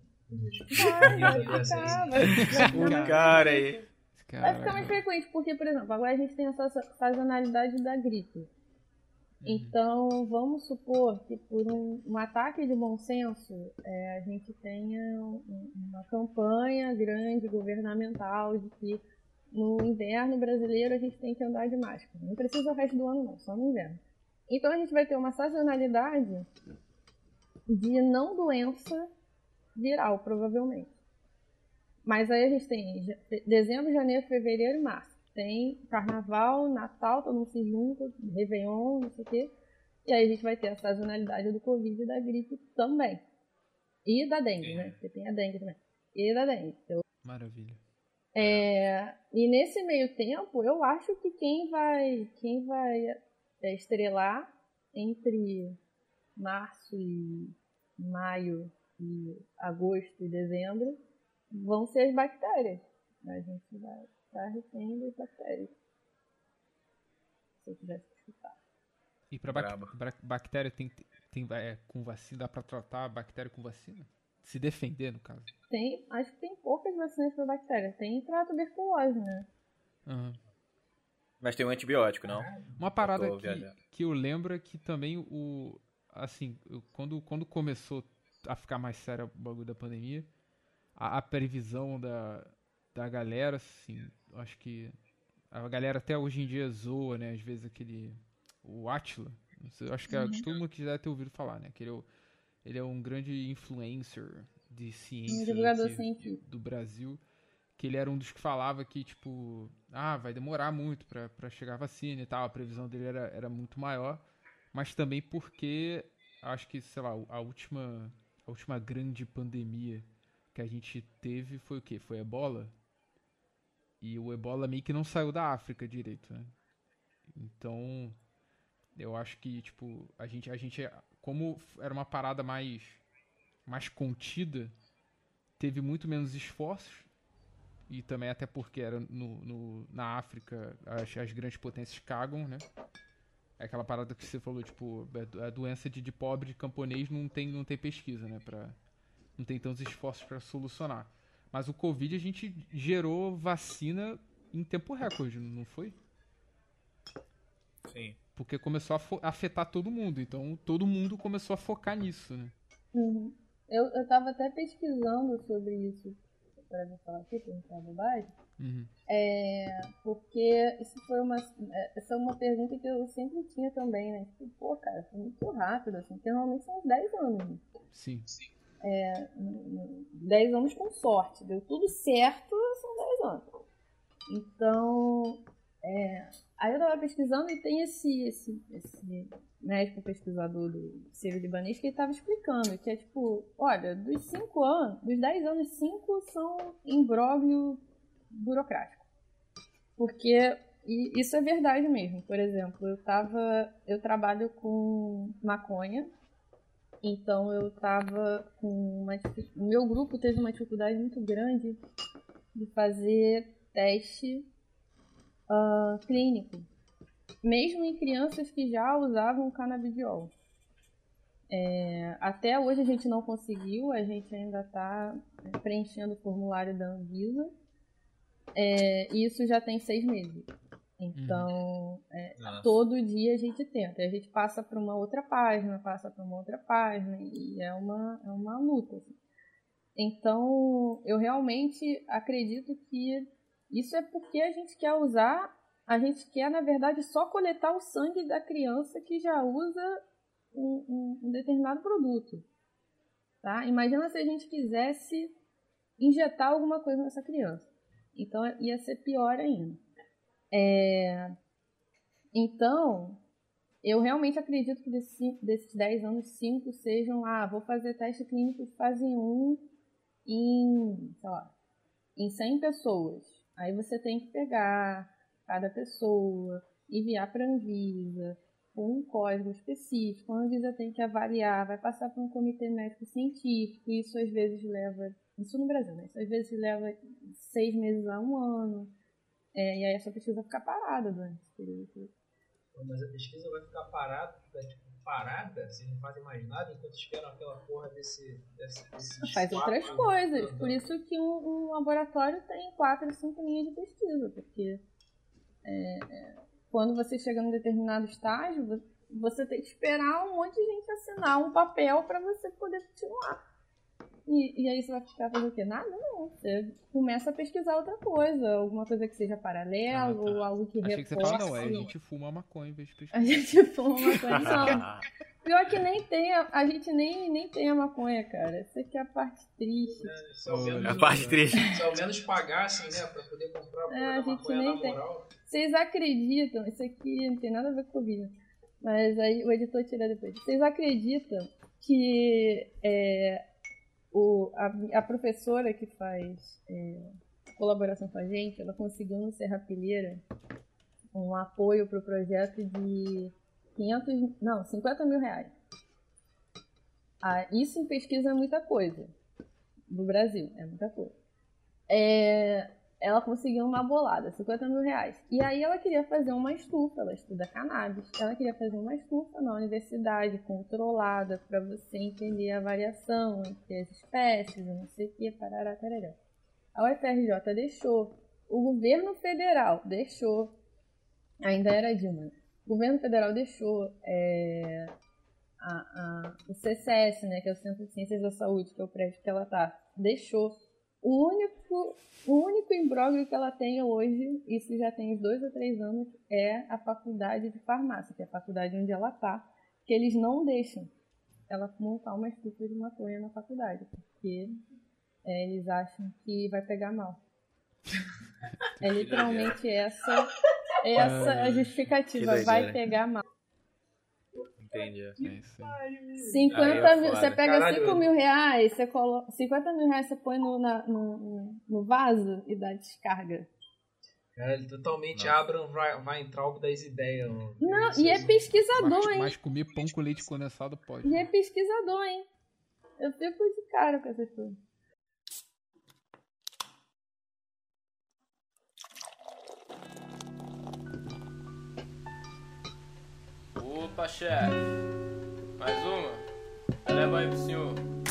O cara aí. Vai ficar mais frequente, porque, por exemplo, agora a gente tem essa sazonalidade da gripe. Então, vamos supor que por um ataque de bom senso, a gente tenha uma campanha grande, governamental, de que no inverno brasileiro a gente tem que andar de máscara. Não precisa o resto do ano não, só no inverno. Então a gente vai ter uma sazonalidade de não doença viral, provavelmente. Mas aí a gente tem dezembro, janeiro, fevereiro e março. Tem carnaval, Natal, todo mundo se junta, Réveillon, não sei o quê. E aí a gente vai ter a sazonalidade do Covid e da gripe também. E da dengue, né? Porque tem a dengue também. E da dengue. Então, maravilha. E nesse meio tempo, eu acho que quem vai estrelar entre março e maio e agosto e dezembro vão ser as bactérias. A gente vai estar refém das bactérias. Se eu tivesse que escutar. E pra bactéria tem com vacina, dá pra tratar a bactéria com vacina? Se defender, no caso. Acho que tem poucas vacinas para bactéria. Tem pra tuberculose, né? Uhum. Mas tem um antibiótico, não? Uma parada que eu lembro é que também quando começou a ficar mais sério o bagulho da pandemia, a previsão da galera, assim, acho que a galera até hoje em dia zoa, né? Às vezes o Átila, acho que todo mundo que já deve ter ouvido falar, né? Que ele é um grande influencer de ciência do Brasil, que ele era um dos que falava que, tipo, vai demorar muito pra chegar a vacina e tal, a previsão dele era muito maior, mas também porque, acho que, sei lá, a última grande pandemia que a gente teve foi o quê? Foi Ebola? E o Ebola meio que não saiu da África direito, né? Então, eu acho que, tipo, a gente como era uma parada mais contida, teve muito menos esforços, e também até porque era na África as grandes potências cagam, né? É aquela parada que você falou, tipo, a doença de pobre, de camponês, não tem pesquisa, né? Não tem tantos esforços para solucionar. Mas o Covid a gente gerou vacina em tempo recorde, não foi? Sim. Porque começou a afetar todo mundo, então todo mundo começou a focar nisso, né? Uhum. Eu tava até pesquisando sobre isso, para não falar aqui, pra não falar bobagem. Uhum. Porque essa é uma pergunta que eu sempre tinha também, né? Tipo, pô, cara, foi muito rápido, assim, porque normalmente são uns 10 anos. Né? Sim. 10 anos com sorte, deu tudo certo, são 10 anos. Então, aí eu tava pesquisando e tem esse médico pesquisador do sírio-libanês que ele tava explicando que é tipo, olha, dos 10 anos, 5 são imbróglio burocrático. Porque isso é verdade mesmo. Por exemplo, eu trabalho com maconha, então eu tava com o meu grupo teve uma dificuldade muito grande de fazer teste clínico, mesmo em crianças que já usavam canabidiol. Até hoje a gente não conseguiu, a gente ainda está preenchendo o formulário da Anvisa, e isso já tem 6 meses. Então, todo dia a gente tenta, a gente passa para uma outra página, e é uma luta. Assim. Então, eu realmente acredito que isso é porque a gente quer, na verdade, só coletar o sangue da criança que já usa um determinado produto. Tá? Imagina se a gente quisesse injetar alguma coisa nessa criança. Então, ia ser pior ainda. Então, eu realmente acredito que desses 10 anos, 5 sejam, vou fazer teste clínico de fase 1 em 100 pessoas. Aí você tem que pegar cada pessoa, enviar para a Anvisa, com um código específico. A Anvisa tem que avaliar, vai passar por um comitê médico científico, e isso às vezes leva, isso no Brasil, né? Isso às vezes leva 6 meses a 1 ano, e aí essa pesquisa fica parada durante esse período. Mas a pesquisa vai ficar parada, vocês não fazem mais nada enquanto esperam aquela porra desse faz outras coisas, por isso que um laboratório tem 4 ou 5 linhas de pesquisa, porque quando você chega num determinado estágio, você tem que esperar um monte de gente assinar um papel para você poder continuar. E aí você vai ficar fazendo o quê? Nada, não. Você começa a pesquisar outra coisa, alguma coisa que seja paralelo, ou algo que reforce. Achei que você fala, não, a gente fuma maconha em vez de pesquisar. A gente fuma maconha, não. Pior que nem tem, a gente nem tem a maconha, cara. Essa aqui é a parte triste. Se ao menos pagassem, né, pra poder comprar a maconha na moral. Vocês acreditam, isso aqui não tem nada a ver com o vídeo, mas aí o editor tira depois. Vocês acreditam que a professora que faz colaboração com a gente, ela conseguiu no Serrapilheira um apoio para o projeto de 50 mil reais. Isso em pesquisa é muita coisa. Do Brasil, é muita coisa. Ela conseguiu uma bolada, 50 mil reais. E aí ela queria fazer uma estufa, ela estuda cannabis. Ela queria fazer uma estufa na universidade, controlada, para você entender a variação entre as espécies, não sei o que, parará, tarará. A UFRJ deixou, o governo federal deixou, ainda era Dilma, o governo federal deixou o CCS, né, que é o Centro de Ciências da Saúde, que é o prédio que ela tá, deixou. O único imbróglio que ela tem hoje, isso já tem uns 2 ou 3 anos, é a faculdade de farmácia, que é a faculdade onde ela tá, que eles não deixam ela montar uma estufa de maconha na faculdade, porque eles acham que vai pegar mal. É literalmente essa a justificativa, vai pegar mal. Entendi. 50 mil, você pega 5 mil reais, você coloca 50 mil reais, você põe no vaso e dá descarga. Cara, ele totalmente Abraham Weintraub das ideias. Não, e é pesquisador, hein? Mas comer pão com leite condensado pode. E é pesquisador, hein? Eu fico de cara com essas coisas. Opa, chefe. Mais uma? Leva aí pro senhor.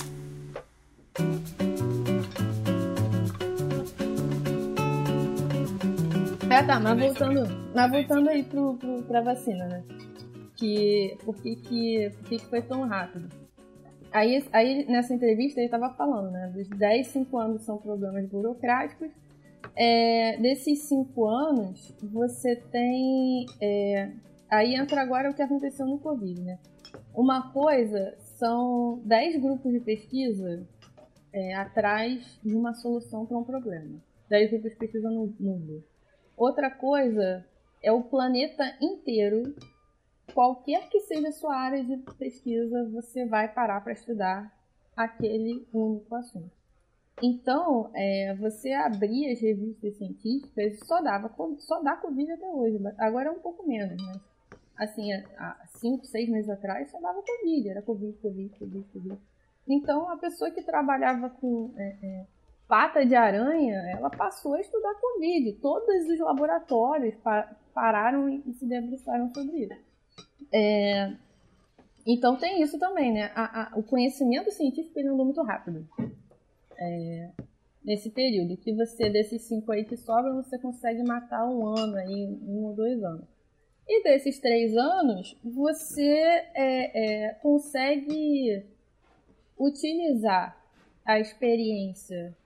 Tá, mas voltando aí pra vacina, né? Por que foi tão rápido? Aí nessa entrevista ele tava falando, né? Dos 10, 5 anos são problemas burocráticos. Desses 5 anos, você tem... Aí entra agora o que aconteceu no Covid, né? Uma coisa são 10 grupos de pesquisa atrás de uma solução para um problema. 10 grupos de pesquisa no mundo. Outra coisa é o planeta inteiro, qualquer que seja a sua área de pesquisa, você vai parar para estudar aquele único assunto. Então, você abrir as revistas científicas só dá Covid até hoje, agora é um pouco menos, mas assim, há 5, 6 meses atrás só dava Covid, era Covid. Então, a pessoa que trabalhava com pata de aranha, ela passou a estudar Covid. Todos os laboratórios pararam e se debruçaram sobre isso. Então, tem isso também, né? O conhecimento científico ele andou muito rápido. Nesse período, que você, desses 5 aí que sobram, você consegue matar um ano, aí, 1 ou 2 anos. E desses 3 anos, você consegue utilizar a experiência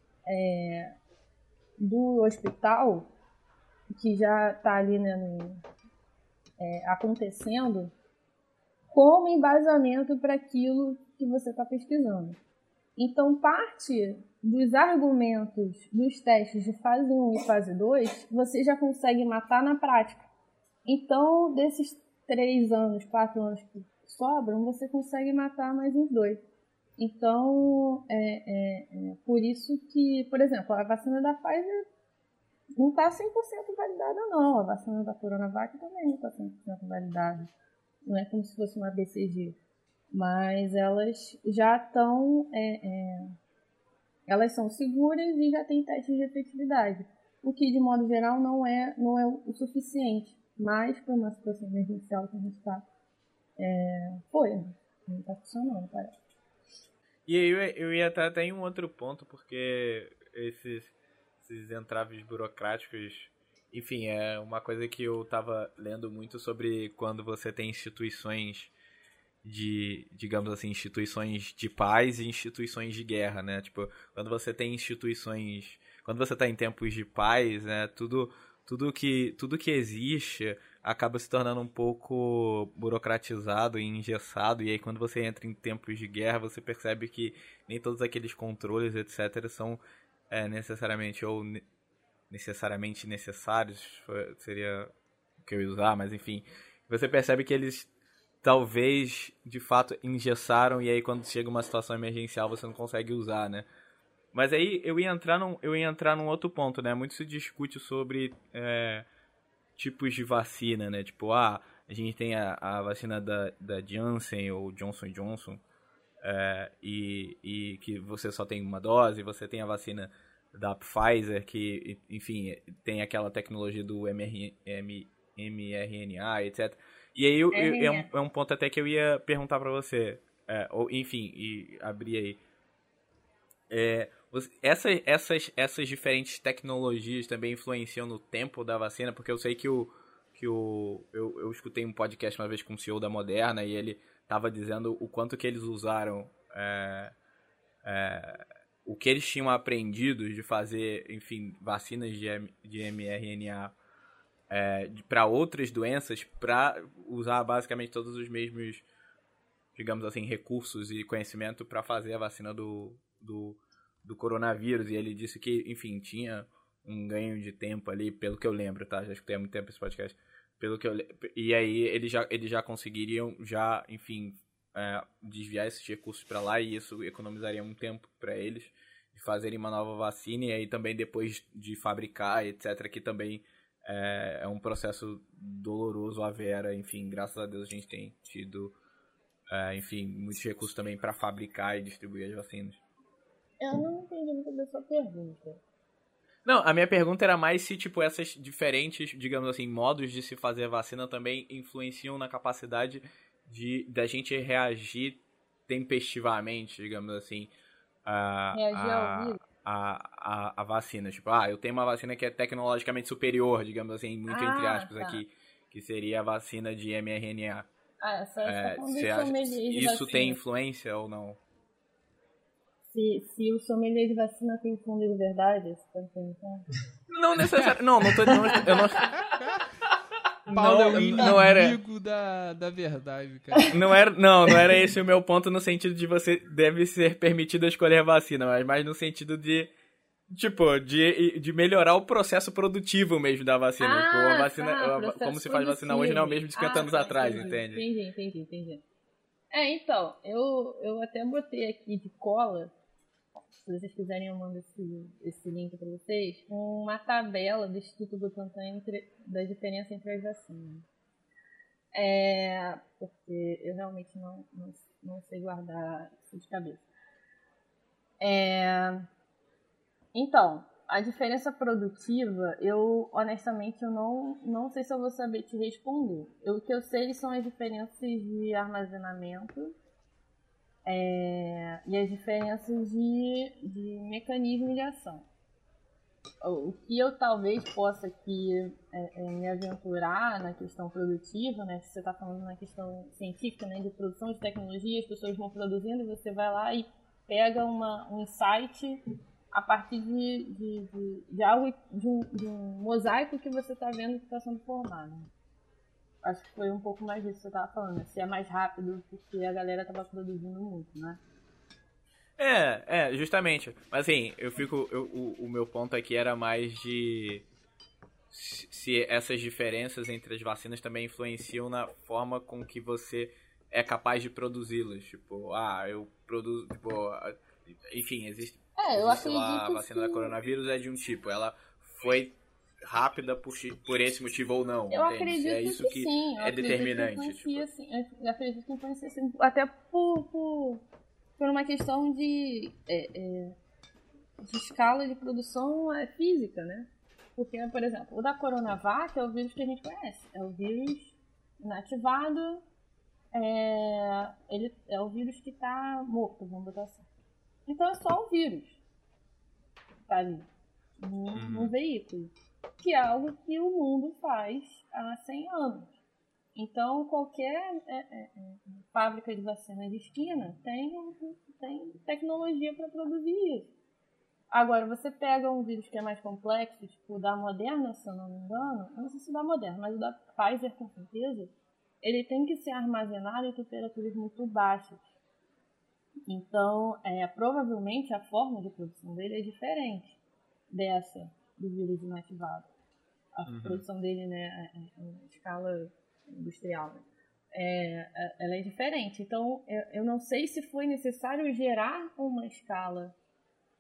do hospital, que já está ali, né, acontecendo, como embasamento para aquilo que você está pesquisando. Então, parte dos argumentos dos testes de fase 1 e fase 2, você já consegue matar na prática. Então, desses 3 anos, 4 anos que sobram, você consegue matar mais uns 2. Então, por isso que, por exemplo, a vacina da Pfizer não está 100% validada, não. A vacina da Coronavac também não está 100% validada. Não é como se fosse uma BCG. Mas elas já estão... elas são seguras e já tem testes de efetividade. O que, de modo geral, não é o suficiente. Mas, para uma situação emergencial que a gente está... não está funcionando, parece. E aí eu ia até em um outro ponto, porque esses entraves burocráticos, enfim, é uma coisa que eu estava lendo muito sobre quando você tem instituições digamos assim, instituições de paz e instituições de guerra, né? Tipo, quando você tem instituições, quando você está em tempos de paz, né, tudo que existe acaba se tornando um pouco burocratizado e engessado, e aí quando você entra em tempos de guerra, você percebe que nem todos aqueles controles, etc., são necessariamente necessários, seria o que eu ia usar, mas enfim, você percebe que eles talvez, de fato, engessaram, e aí quando chega uma situação emergencial você não consegue usar, né? Mas aí eu ia entrar num outro ponto, né? Muito se discute sobre tipos de vacina, né? Tipo, a gente tem a vacina da Janssen ou Johnson & Johnson, e que você só tem uma dose, você tem a vacina da Pfizer, que, enfim, tem aquela tecnologia do mRNA, etc. E aí é um ponto até que eu ia perguntar pra você, ou enfim, e abrir aí. Essas diferentes tecnologias também influenciam no tempo da vacina, porque eu sei que eu escutei um podcast uma vez com o CEO da Moderna e ele estava dizendo o quanto que eles usaram, o que eles tinham aprendido de fazer, enfim, vacinas de mRNA para outras doenças, para usar basicamente todos os mesmos, digamos assim, recursos e conhecimento para fazer a vacina do coronavírus. E ele disse que, enfim, tinha um ganho de tempo ali, pelo que eu lembro, tá? Já escutei há muito tempo esse podcast. E aí eles já conseguiriam, enfim, desviar esses recursos para lá, e isso economizaria um tempo para eles de fazerem uma nova vacina, e aí também depois de fabricar, etc., que também é um processo doloroso à vera. Enfim, graças a Deus a gente tem tido, enfim, muitos recursos também para fabricar e distribuir as vacinas. Eu não entendi muito da sua pergunta. Não, a minha pergunta era mais se, tipo, essas diferentes, digamos assim, modos de se fazer a vacina também influenciam na capacidade da gente reagir tempestivamente, digamos assim, Reagir ao vírus? a vacina. Tipo, eu tenho uma vacina que é tecnologicamente superior, digamos assim, muito entre aspas aqui, que seria a vacina de mRNA. Isso tem influência ou não? Se o sommelier de vacina tem fundo de verdade, você tá perguntando? Não necessariamente. Não tô dizendo. Eu não. Paulo é o inimigo da verdade, cara. Não era esse o meu ponto, no sentido de você deve ser permitido escolher a vacina, mas mais no sentido de, tipo, de melhorar o processo produtivo mesmo da vacina. A vacina, como se faz vacina hoje, não é o mesmo de 50 anos atrás, entende? Entendi. Então, eu até botei aqui de cola, se vocês quiserem eu mando esse link para vocês, uma tabela do Instituto Butantan da diferença entre as vacinas. Porque eu realmente não sei guardar isso de cabeça. Então, a diferença produtiva, honestamente eu não sei se eu vou saber te responder. O que eu sei são as diferenças de armazenamento e as diferenças de mecanismo de ação. O que eu talvez possa aqui me aventurar na questão produtiva, né? Se você está falando na questão científica, né, de produção de tecnologia, as pessoas vão produzindo e você vai lá e pega um insight a partir de algo, de um mosaico que você está vendo que está sendo formado. Acho que foi um pouco mais disso que você estava falando, se é mais rápido porque a galera estava produzindo muito, né? Justamente. Mas assim, o meu ponto aqui era mais de se essas diferenças entre as vacinas também influenciam na forma com que você é capaz de produzi-las. Tipo, eu produzo, tipo, enfim, existe. Eu acredito a vacina da coronavírus é de um tipo, ela foi rápida por esse motivo ou não. Eu entende? acredito é isso que sim. é determinante. Eu acredito que influencia assim, até por uma questão de escala de produção física, né? Porque, por exemplo, o da Coronavac é o vírus que a gente conhece. É o vírus inativado, ele é o vírus que está morto, vamos botar assim. Então é só o vírus, tá ali, no veículo, que é algo que o mundo faz há 100 anos. Então qualquer fábrica de vacina de esquina tem tecnologia para produzir isso. Agora, você pega um vírus que é mais complexo, tipo o da Moderna, se eu não me engano, eu não sei se o da Moderna, mas o da Pfizer com certeza, ele tem que ser armazenado em temperaturas muito baixas. Então, provavelmente a forma de produção dele é diferente dessa do vírus inativado. A produção dele, né, em escala industrial, né? Ela é diferente. Então, eu não sei se foi necessário gerar uma escala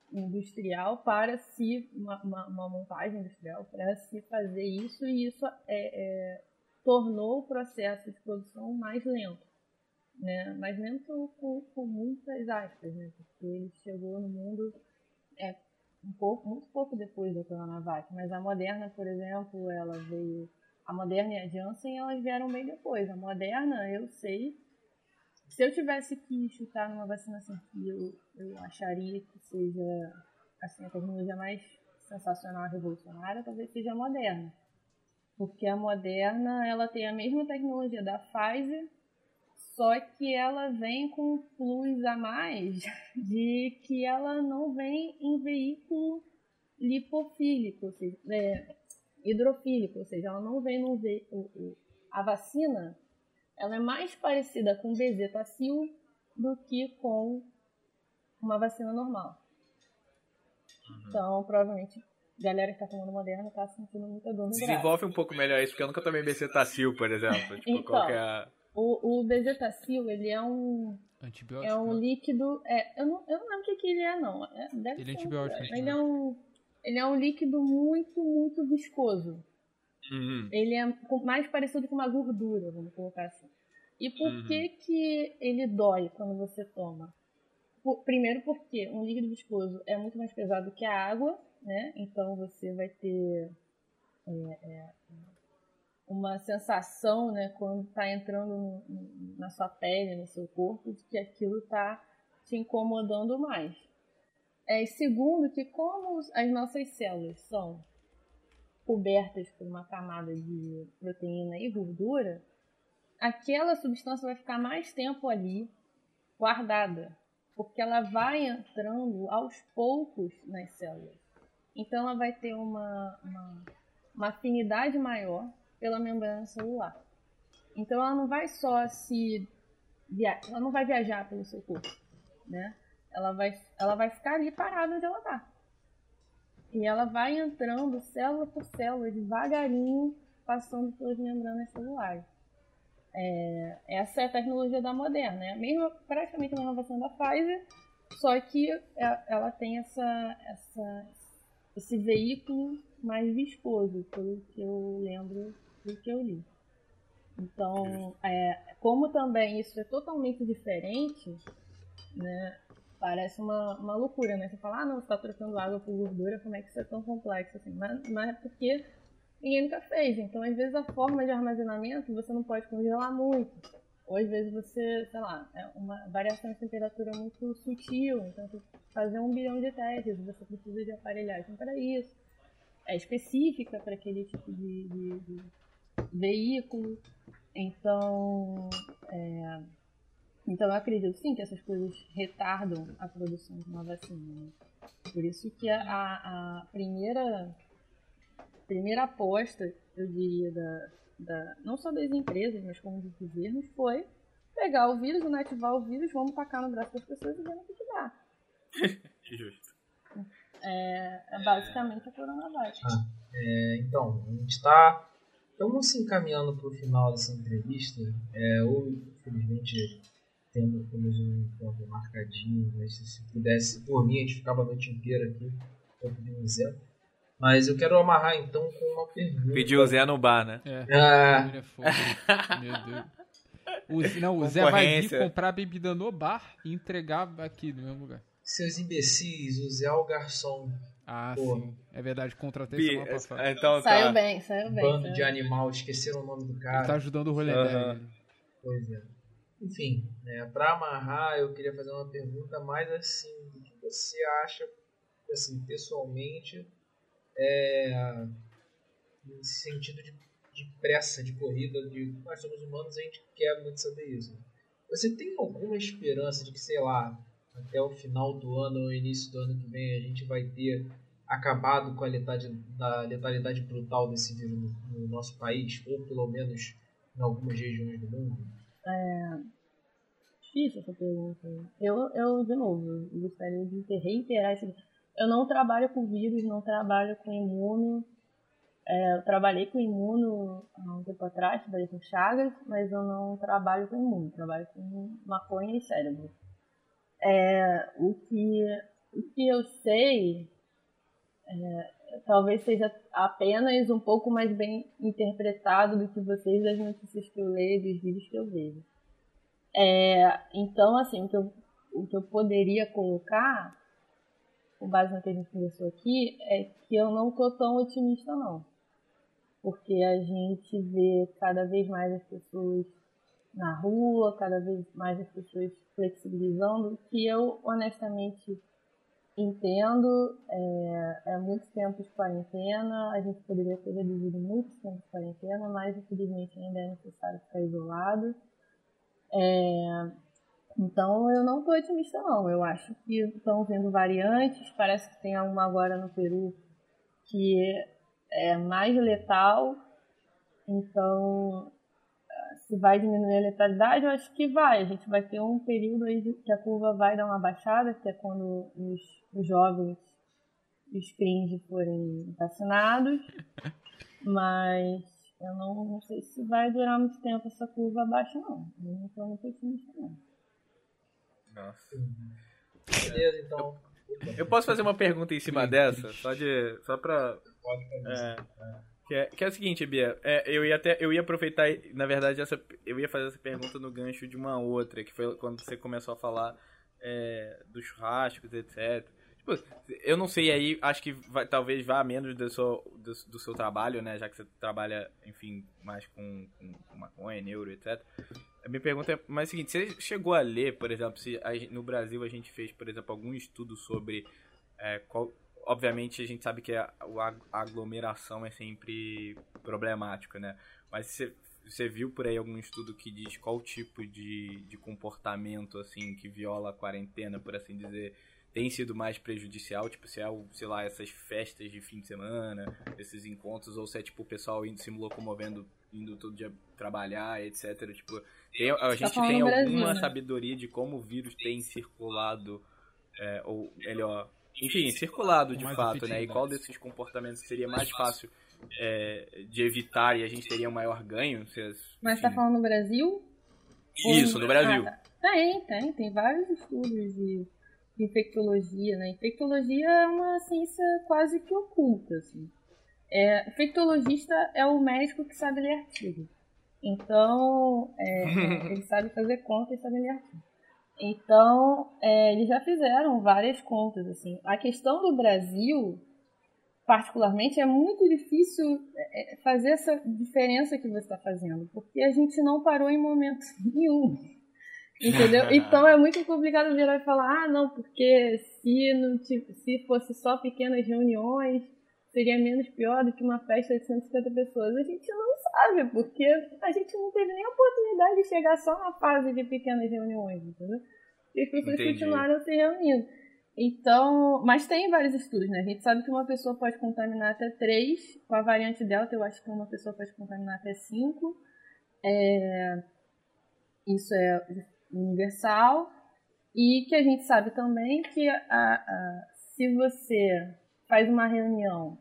industrial para se uma montagem industrial para se fazer isso, e isso tornou o processo de produção mais lento, né? Mais lento com muitas aspas, né? Porque ele chegou no mundo muito pouco depois da Coronavac, mas a Moderna, por exemplo, a Moderna e a Janssen, elas vieram bem depois. A Moderna, eu sei, se eu tivesse que chutar numa vacina assim, eu acharia que seja assim, a tecnologia mais sensacional e revolucionária, talvez seja a Moderna. Porque a Moderna, ela tem a mesma tecnologia da Pfizer, só que ela vem com um plus a mais de que ela não vem em veículo lipofílico, ou seja, hidrofílico, ou seja, ela não vem num veículo. A vacina, ela é mais parecida com bezetacil do que com uma vacina normal. Então, provavelmente, a galera que tá tomando Moderna tá sentindo muita dor no braço. Desenvolve um pouco melhor isso, porque eu nunca tomei bezetacil, por exemplo. Tipo, então, qual que é a... o bezetacil, ele é um... Antibiótico? É um líquido... eu não lembro o que ele é, não. Deve Ele é ser antibiótico. Ele é um líquido muito, muito viscoso. Uhum. Ele é mais parecido com uma gordura, vamos colocar assim. E por que ele dói quando você toma? Primeiro porque um líquido viscoso é muito mais pesado que a água, né? Então você vai ter uma sensação, né, quando está entrando na sua pele, no seu corpo, de que aquilo está te incomodando mais. Segundo, que como as nossas células são cobertas por uma camada de proteína e gordura, aquela substância vai ficar mais tempo ali guardada, porque ela vai entrando aos poucos nas células. Então ela vai ter uma afinidade maior pela membrana celular. Então ela não vai só ela não vai viajar pelo seu corpo, né? Ela vai ficar ali parada onde ela está. E ela vai entrando célula por célula, devagarinho, passando pelas membranas celulares. Essa é a tecnologia da Moderna, né? Praticamente a mesma vacina da Pfizer, só que ela tem esse veículo mais viscoso, pelo que eu lembro do que eu li. Então, como também isso é totalmente diferente, né? Parece uma loucura, né? Você fala, não, você está trocando água por gordura, como é que isso é tão complexo assim? Mas é porque ninguém nunca fez. Então, às vezes, a forma de armazenamento você não pode congelar muito. Ou, às vezes, você, sei lá, é uma variação de temperatura muito sutil. Então, você fazer 1 bilhão de testes, você precisa de aparelhagem para isso. É específica para aquele tipo de veículo. Então, eu acredito sim que essas coisas retardam a produção de uma vacina. Né? Por isso que a primeira aposta, eu diria, não só das empresas, mas como dos governos, foi pegar o vírus, inativar o vírus, vamos tacar no braço das pessoas e ver o que dá. Justo. Basicamente a Coronavac. Então, a gente estamos se encaminhando para o final dessa entrevista. Infelizmente, temos um ponto marcadinho, mas se pudesse, por mim, a gente ficava a noite inteira aqui, para pedir um Zé. Mas eu quero amarrar então com uma pergunta. Pedir o Zé no bar, né? Ele é fogo. Meu Deus. O Zé vai vir comprar bebida no bar e entregar aqui no mesmo lugar. Seus imbecis, o Zé é o garçom. Sim. É verdade, contratei semana passada. Então, saiu bem. Bando de animal, esqueceram o nome do cara. Ele tá ajudando o rolê dele. Pois é. Enfim, para amarrar, eu queria fazer uma pergunta mais assim, do que você acha, assim, pessoalmente, nesse sentido de pressa, de corrida, nós somos humanos e a gente quer muito saber isso. Você tem alguma esperança de que, sei lá, até o final do ano ou início do ano que vem a gente vai ter acabado com a letalidade brutal desse vírus no nosso país, ou pelo menos em algumas regiões do mundo? Difícil essa pergunta. Eu de novo, gostaria de reiterar isso. Eu não trabalho com vírus, não trabalho com imuno. Eu trabalhei com imuno há um tempo atrás, trabalhei com Chagas, mas eu não trabalho com imuno, trabalho com maconha e cérebro. O o que eu sei talvez seja apenas um pouco mais bem interpretado do que vocês, das notícias que eu leio, dos vídeos que eu vejo. Então, assim, o que eu poderia colocar, com base no que a gente conversou aqui, é que eu não tô tão otimista, não. Porque a gente vê cada vez mais as pessoas na rua, cada vez mais as pessoas flexibilizando, que eu, honestamente, entendo. É muito tempo de quarentena, a gente poderia ter reduzido muito tempo de quarentena, mas, infelizmente, ainda é necessário ficar isolado. Então, eu não estou otimista, não. Eu acho que estão vendo variantes. Parece que tem uma agora no Peru que é mais letal. Então, se vai diminuir a letalidade, eu acho que vai. A gente vai ter um período aí que a curva vai dar uma baixada, que é quando os jovens e os cringe forem vacinados. Mas eu não sei se vai durar muito tempo essa curva abaixo, não. Eu não estou muito otimista, não. Nossa. Beleza, então. Eu posso fazer uma pergunta em cima dessa? Só pra... Que é o seguinte, Bia. Eu ia aproveitar, na verdade, eu ia fazer essa pergunta no gancho de uma outra, que foi quando você começou a falar dos churrascos, etc. Tipo, eu não sei aí, acho que talvez vá menos do seu trabalho, né? Já que você trabalha, enfim, mais com maconha, neuro, etc. A minha pergunta é mais o seguinte: você chegou a ler, por exemplo, se no Brasil a gente fez, por exemplo, algum estudo sobre obviamente a gente sabe que a aglomeração é sempre problemático, né? Mas você viu por aí algum estudo que diz qual tipo de comportamento, assim, que viola a quarentena, por assim dizer, tem sido mais prejudicial? Tipo, se é, sei lá, essas festas de fim de semana, esses encontros, ou se é tipo o pessoal se locomovendo, indo todo dia trabalhar, etc. Tipo, a gente tem alguma sabedoria de como o vírus tem circulado, ou melhor, enfim, circulado de fato, né? E qual desses comportamentos seria mais fácil de evitar e a gente teria um maior ganho? Mas você tá falando no Brasil? Isso, no Brasil. Tem vários estudos de infectologia, né? Infectologia é uma ciência quase que oculta, assim. Infectologista é o médico que sabe ler artigo. Então, ele sabe fazer conta e sabe ler artigo. Então, eles já fizeram várias contas, assim. A questão do Brasil, particularmente, é muito difícil fazer essa diferença que você está fazendo, porque a gente não parou em momento nenhum. Entendeu? Então é muito complicado virar e falar, não, porque se fosse só pequenas reuniões, seria menos pior do que uma festa de 150 pessoas. A gente não sabe, porque a gente não teve nem a oportunidade de chegar só na fase de pequenas reuniões, entendeu? E as pessoas continuaram se reunindo. Então, mas tem vários estudos, né? A gente sabe que uma pessoa pode contaminar até 3, com a variante Delta eu acho que uma pessoa pode contaminar até 5. Isso é universal. E que a gente sabe também que se você faz uma reunião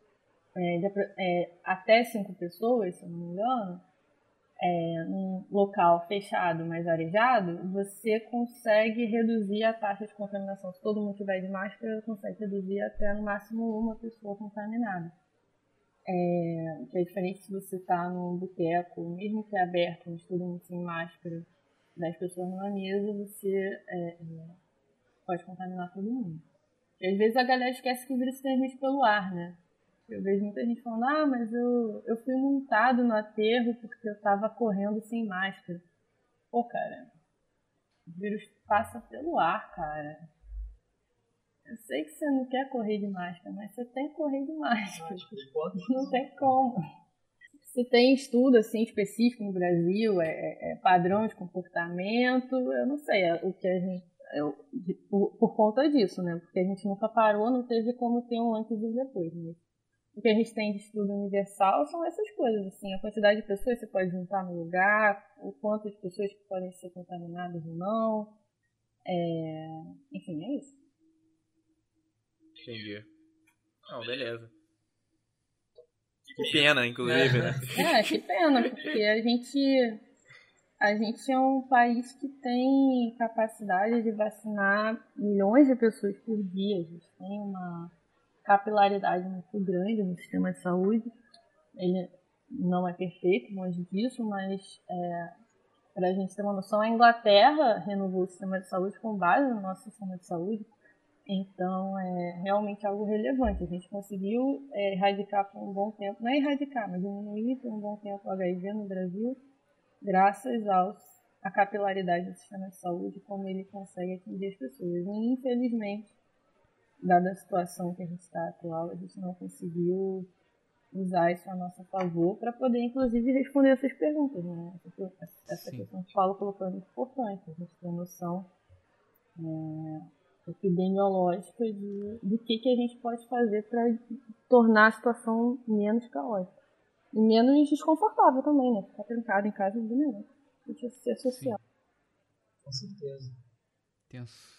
até 5 pessoas, se eu não me engano, num local fechado, mas arejado, você consegue reduzir a taxa de contaminação. Se todo mundo tiver de máscara, consegue reduzir até no máximo uma pessoa contaminada. Que é diferente se você está num boteco, mesmo que é aberto, mas todo mundo sem máscara, 10 pessoas numa mesa, você pode contaminar todo mundo. E às vezes a galera esquece que o vírus se transmite pelo ar, né? Eu vejo muita gente falando, mas eu fui multado no aterro porque eu tava correndo sem máscara. Pô, cara, o vírus passa pelo ar, cara. Eu sei que você não quer correr de máscara, mas você tem que correr de máscara. Não tem como. Se tem estudo assim específico no Brasil, padrão de comportamento, eu não sei, o que a gente... por conta disso, né? Porque a gente nunca parou, não teve como ter um antes e depois, né? O que a gente tem de estudo universal são essas coisas, assim, a quantidade de pessoas que você pode juntar no lugar, o quanto de pessoas que podem ser contaminadas ou não. Enfim, é isso. Entendi. Não, beleza. Que pena, inclusive, né? Que pena, porque a gente a gente é um país que tem capacidade de vacinar milhões de pessoas por dia. A gente tem uma capilaridade muito grande no sistema de saúde. Ele não é perfeito, longe disso, mas para a gente ter uma noção, a Inglaterra renovou o sistema de saúde com base no nosso sistema de saúde. Então, é realmente algo relevante. A gente conseguiu erradicar por um bom tempo, não é erradicar, mas diminuir por um bom tempo o HIV no Brasil, graças à capilaridade do sistema de saúde, como ele consegue atingir as pessoas. E, infelizmente, dada a situação que a gente está atual, a gente não conseguiu usar isso a nosso favor para poder, inclusive, responder essas perguntas. Né? Essa questão que o Paulo colocou é muito importante. A gente tem noção epidemiológica do que a gente pode fazer para tornar a situação menos caótica. E menos desconfortável também, né? Ficar trancado em casa é melhor. Deixa ser social. Sim. Com certeza. Tenso.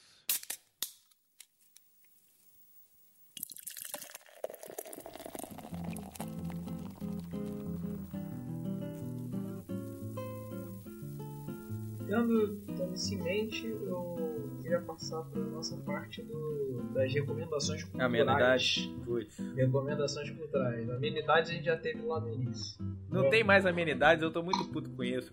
Tendo isso em mente, eu queria passar para a nossa parte das recomendações culturais. Amenidades. Recomendações culturais. Amenidades a gente já teve lá no início. Não tem mais amenidades, eu tô muito puto com isso.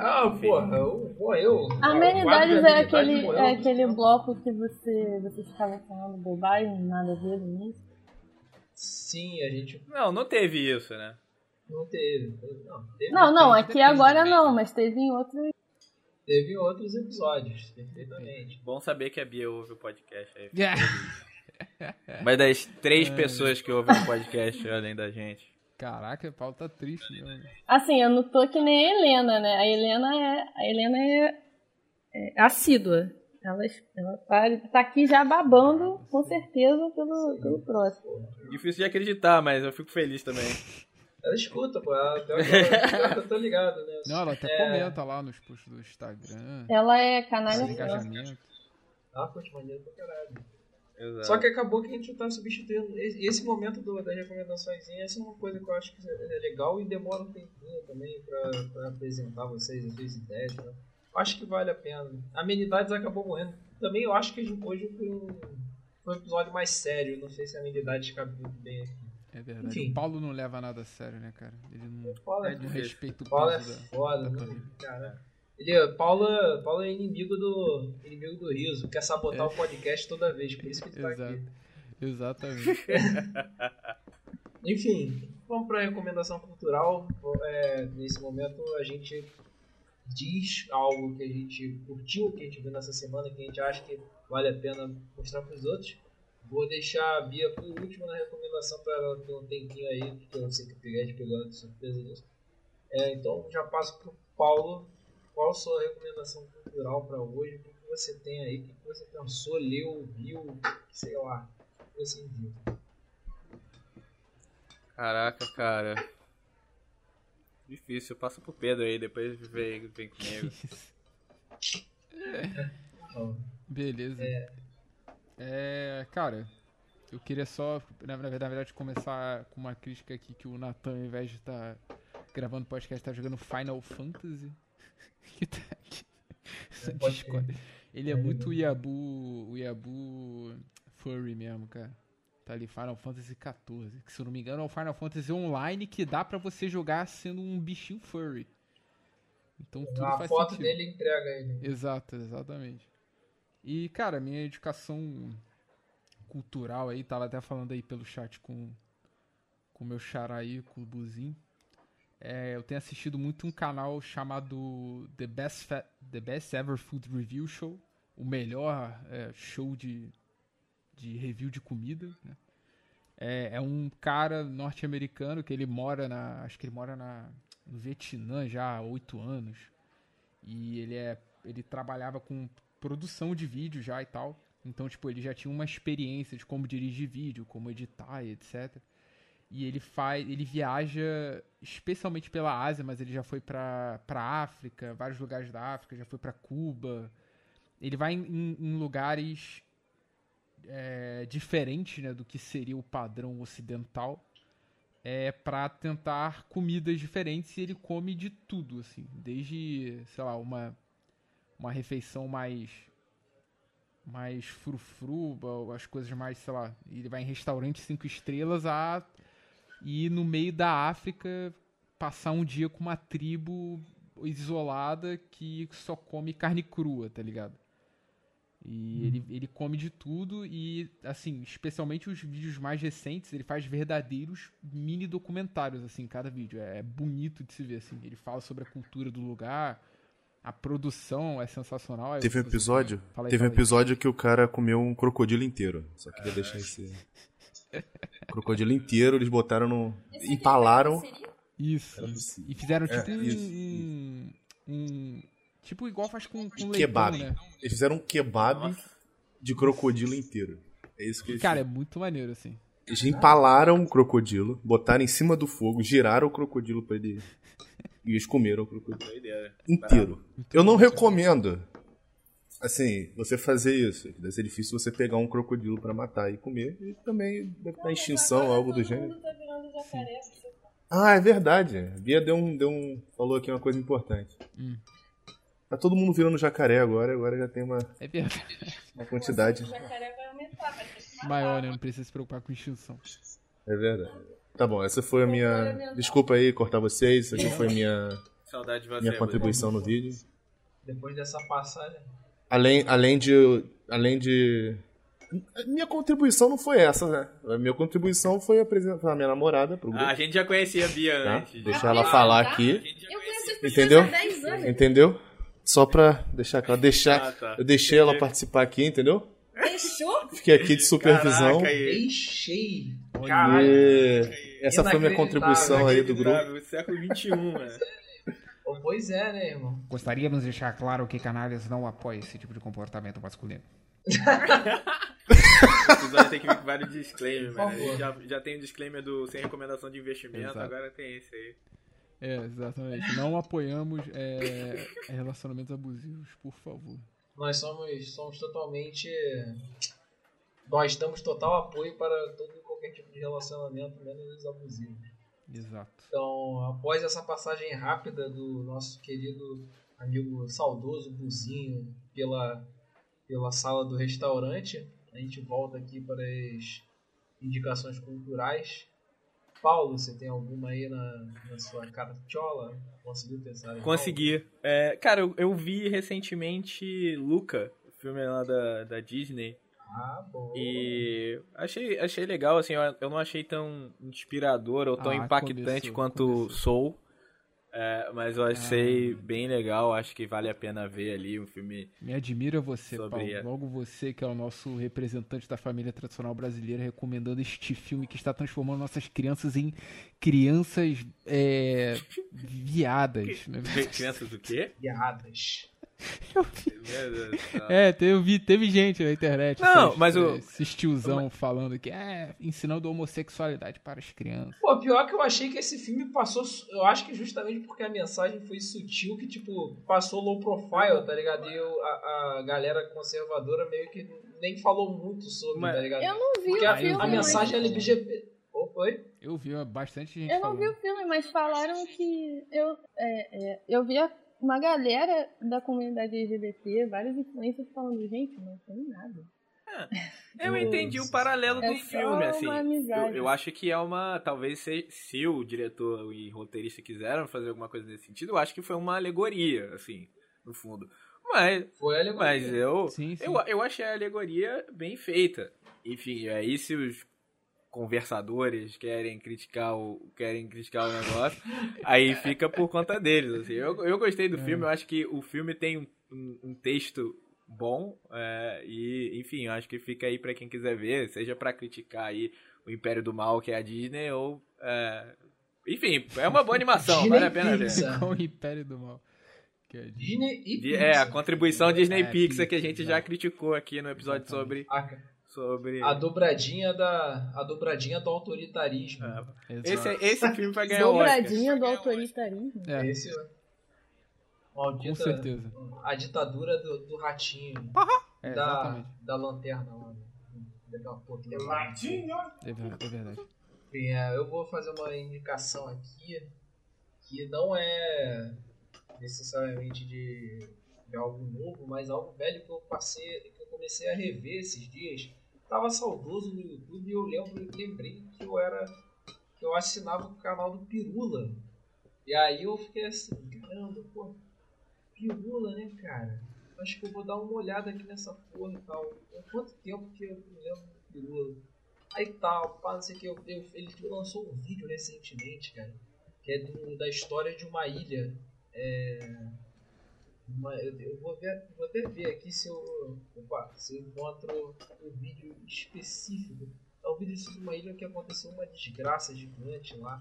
Amenidades é aquele bloco que você ficava falando bobagem, nada a ver no início. Sim, a gente... Não teve isso, né? Não teve. Não, aqui agora não, mas teve em outros... Teve em outros episódios, perfeitamente. Bom saber que a Bia ouve o podcast aí. Mas das 3 pessoas que ouvem o podcast além da gente. Caraca, o Paulo tá triste mesmo. Assim, eu não tô que nem a Helena, né? A Helena é assídua. Ela tá aqui já babando, com certeza, pelo próximo. Difícil de acreditar, mas eu fico feliz também. Ela escuta, pô. Eu tô ligado, né? Não, ela até comenta lá nos posts do Instagram. Ela é canalha. Engajamento. Curte maneiro pra caralho. Exato. Só que acabou que a gente tá substituindo. Esse momento das recomendações, essa é uma coisa que eu acho que é legal e demora um tempinho também pra apresentar vocês as suas ideias. Né? Eu acho que vale a pena. Amenidades acabou morrendo. Também eu acho que hoje foi um episódio mais sério. Não sei se a amenidade cabe muito bem aqui. É verdade. Enfim. O Paulo não leva nada a sério, né, cara? Ele não respeita o Paulo peso foda, da né? Cara. Paulo é inimigo do riso, quer sabotar o podcast toda vez, por isso que ele tá aqui. Exatamente. Enfim, vamos pra recomendação cultural. Nesse momento a gente diz algo que a gente curtiu, que a gente viu nessa semana, que a gente acha que vale a pena mostrar pros outros. Vou deixar a Bia por último na recomendação para ela ter um tempinho aí, porque eu sei que o Piguete pegou ela de surpresa nisso. Então já passo pro Paulo. Qual a sua recomendação cultural para hoje? O que você tem aí? O que você pensou, leu, viu? Sei lá. O que você viu? Caraca, cara. Difícil. Passa pro Pedro aí, depois vem comigo. Beleza. Cara, eu queria só, na verdade, começar com uma crítica aqui que o Nathan, ao invés de estar gravando podcast, tá jogando Final Fantasy. Que tá aqui. Ele é muito Yabu furry mesmo, cara. Tá ali, Final Fantasy XIV, que se eu não me engano é o Final Fantasy Online que dá pra você jogar sendo um bichinho furry. Então tudo faz sentido. A foto dele entrega ele. Exatamente. E, cara, minha educação cultural aí, tava até falando aí pelo chat com o meu xará aí, com o Buzinho. Eu tenho assistido muito um canal chamado The Best Ever Food Review Show, o melhor show de review de comida, né? É um cara norte-americano que ele mora no Vietnã já há 8 anos. E ele trabalhava com produção de vídeo já e tal. Então, tipo, ele já tinha uma experiência de como dirigir vídeo, como editar e etc. E ele viaja especialmente pela Ásia, mas ele já foi pra África, vários lugares da África, já foi pra Cuba. Ele vai em lugares diferentes, né, do que seria o padrão ocidental. pra tentar comidas diferentes, e ele come de tudo, assim. Desde, sei lá, uma refeição mais frufru, as coisas mais, sei lá, ele vai em restaurante 5 estrelas e no meio da África passar um dia com uma tribo isolada que só come carne crua, tá ligado? E ele come de tudo e, assim, especialmente os vídeos mais recentes, ele faz verdadeiros mini documentários, assim, cada vídeo. É bonito de se ver, assim. Ele fala sobre a cultura do lugar, a produção é sensacional. Teve um episódio que o cara comeu um crocodilo inteiro. Só queria deixar esse... crocodilo inteiro, eles botaram no... empalaram. Isso. E fizeram tipo tipo igual faz com leitão, kebab. né? Eles fizeram um kebab de crocodilo inteiro. É isso que eles Cara, fizeram. é muito maneiro, assim. Eles empalaram o crocodilo, botaram em cima do fogo, giraram o crocodilo pra ele... E eles comeram o crocodilo inteiro. Eu não recomendo, assim, você fazer isso. Deve ser difícil você pegar um crocodilo pra matar e comer. E também deve estar em extinção, algo do gênero. Ah, é verdade. A Bia falou aqui uma coisa importante. Tá todo mundo virando jacaré agora já tem uma quantidade. O jacaré vai aumentar, vai ter Maior, né? Não precisa se preocupar com extinção. É verdade. Tá bom, essa foi a minha... Desculpa aí cortar vocês, essa aqui foi Saudade de você, minha contribuição no vídeo. Depois dessa passagem. Além de... Minha contribuição não foi essa, né? A minha contribuição foi apresentar a minha namorada pro grupo. A gente já conhecia a Bia Tá? antes. Deixar ela falar aqui. Eu conheço as pessoas Entendeu? há 10 anos. Entendeu? Só pra deixar claro. Tá. Eu deixei ela participar aqui, entendeu? Fechou? Fiquei aqui de supervisão. Caraca, aí. Deixei. E essa foi minha contribuição aí do grupo. Século XXI, né? Pois é, né, irmão? Gostaríamos de deixar claro que Canalhas não apoia esse tipo de comportamento masculino. Esse episódio tem que vir com vários disclaimers, Por mano. A gente já tem o disclaimer do sem recomendação de investimento, Exato. agora tem esse aí. Exatamente. Não apoiamos relacionamentos abusivos, por favor. Nós somos totalmente... Nós damos total apoio para todo e qualquer tipo de relacionamento, menos os abusivos. Exato. Então, após essa passagem rápida do nosso querido amigo saudoso Buzinho pela sala do restaurante, a gente volta aqui para as indicações culturais. Paulo, você tem alguma aí na sua cartola? Conseguiu pensar em Consegui. Cara, eu vi recentemente Luca, o filme lá da Disney. Ah, bom. E achei legal, assim, eu não achei tão inspirador ou tão impactante quanto Soul. Mas eu achei bem legal, acho que vale a pena ver ali um filme. Me admira você, sobre Paulo. Logo você, que é o nosso representante da família tradicional brasileira, recomendando este filme que está transformando nossas crianças em crianças viadas. Né? Crianças do quê? Piadas. Teve gente na internet. Não, mas esses tiozão falando que ensinando homossexualidade para as crianças. Pô, pior que eu achei que esse filme passou... Eu acho que justamente porque a mensagem foi sutil, que, tipo, passou low profile, tá ligado? E a galera conservadora meio que nem falou muito sobre, tá ligado? Eu não vi porque o filme. a mensagem LGBT... Oi? Eu vi bastante gente Eu não vi o filme, mas falaram que... Eu vi uma galera da comunidade LGBT, vários influencers falando, gente, não tem nada. Eu entendi o paralelo do filme, assim. Uma amizade. Eu acho que talvez se o diretor e roteirista quiseram fazer alguma coisa nesse sentido, eu acho que foi uma alegoria, assim, no fundo. Foi alegoria. Mas eu achei a alegoria bem feita. Enfim, aí se os conversadores querem criticar o negócio, aí fica por conta deles, assim. Eu gostei do filme, eu acho que o filme tem um texto bom, e enfim, eu acho que fica aí pra quem quiser ver, seja pra criticar aí o Império do Mal, que é a Disney, ou enfim, é uma boa animação, vale a pena ver. Com o Império do Mal, que é a Disney e Pixar. A contribuição Disney Pixar, que a gente já criticou aqui no episódio sobre a dobradinha do autoritarismo. Esse filme vai ganhar o Oscar. Dobradinha do autoritarismo. Esse maldita, com certeza. A ditadura do ratinho. Exatamente. Da lanterna lá. Daquela porra. É verdade. Bem, eu vou fazer uma indicação aqui que não é necessariamente de algo novo, mas algo velho que eu comecei a rever esses dias. Tava saudoso no YouTube e eu lembrei que eu assinava o canal do Pirula. E aí eu fiquei assim, caramba, pô, Pirula, né, cara? Acho que eu vou dar uma olhada aqui nessa porra e tal. Há quanto tempo que eu não lembro do Pirula? Aí tal, pá, não sei o que, ele lançou um vídeo recentemente, cara, que é da história de uma ilha. Eu vou até ver aqui se eu encontro um vídeo específico. É um vídeo sobre uma ilha que aconteceu uma desgraça gigante lá.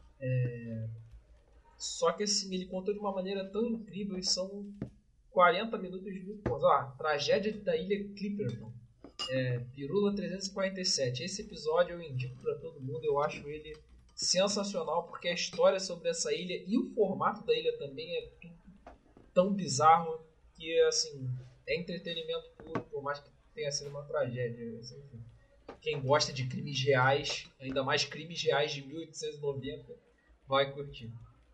Só que assim, ele contou de uma maneira tão incrível e são 40 minutos de mil pontos. Tragédia da ilha Clipperton. Pirula 347. Esse episódio eu indico pra todo mundo. Eu acho ele sensacional porque a história sobre essa ilha e o formato da ilha também é tão bizarro que assim, é entretenimento puro, por mais que tenha sido uma tragédia. Assim, quem gosta de crimes reais, ainda mais crimes reais de 1890, vai curtir.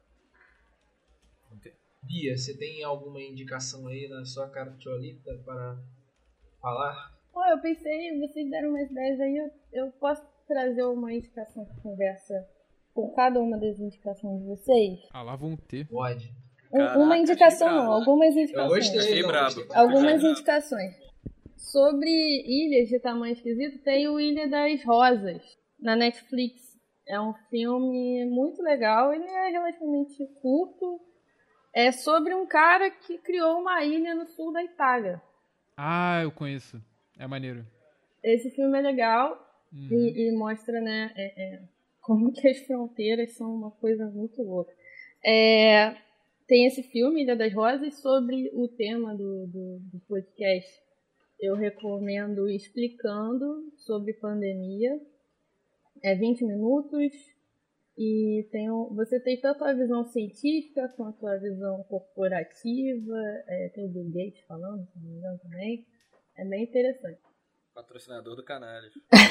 Bia, você tem alguma indicação aí na sua cartolita para falar? Eu pensei, vocês deram umas ideias aí, eu posso trazer uma indicação de conversa com cada uma das indicações de vocês? Lá vão ter. Pode. Uma indicação não, algumas indicações. Eu gostei, bravo. Algumas indicações. Sobre ilhas de tamanho esquisito, tem o Ilha das Rosas, na Netflix. É um filme muito legal, ele é relativamente curto. É sobre um cara que criou uma ilha no sul da Itália. Eu conheço. É maneiro. Esse filme é legal e mostra, né, como que as fronteiras são uma coisa muito louca. Tem esse filme, Ilha das Rosas, sobre o tema do podcast. Eu recomendo Explicando sobre Pandemia. É 20 minutos. E você tem tanto a visão científica quanto a visão corporativa. Tem o Bill Gates falando, se não me engano, também. É bem interessante. Patrocinador do Canalhas.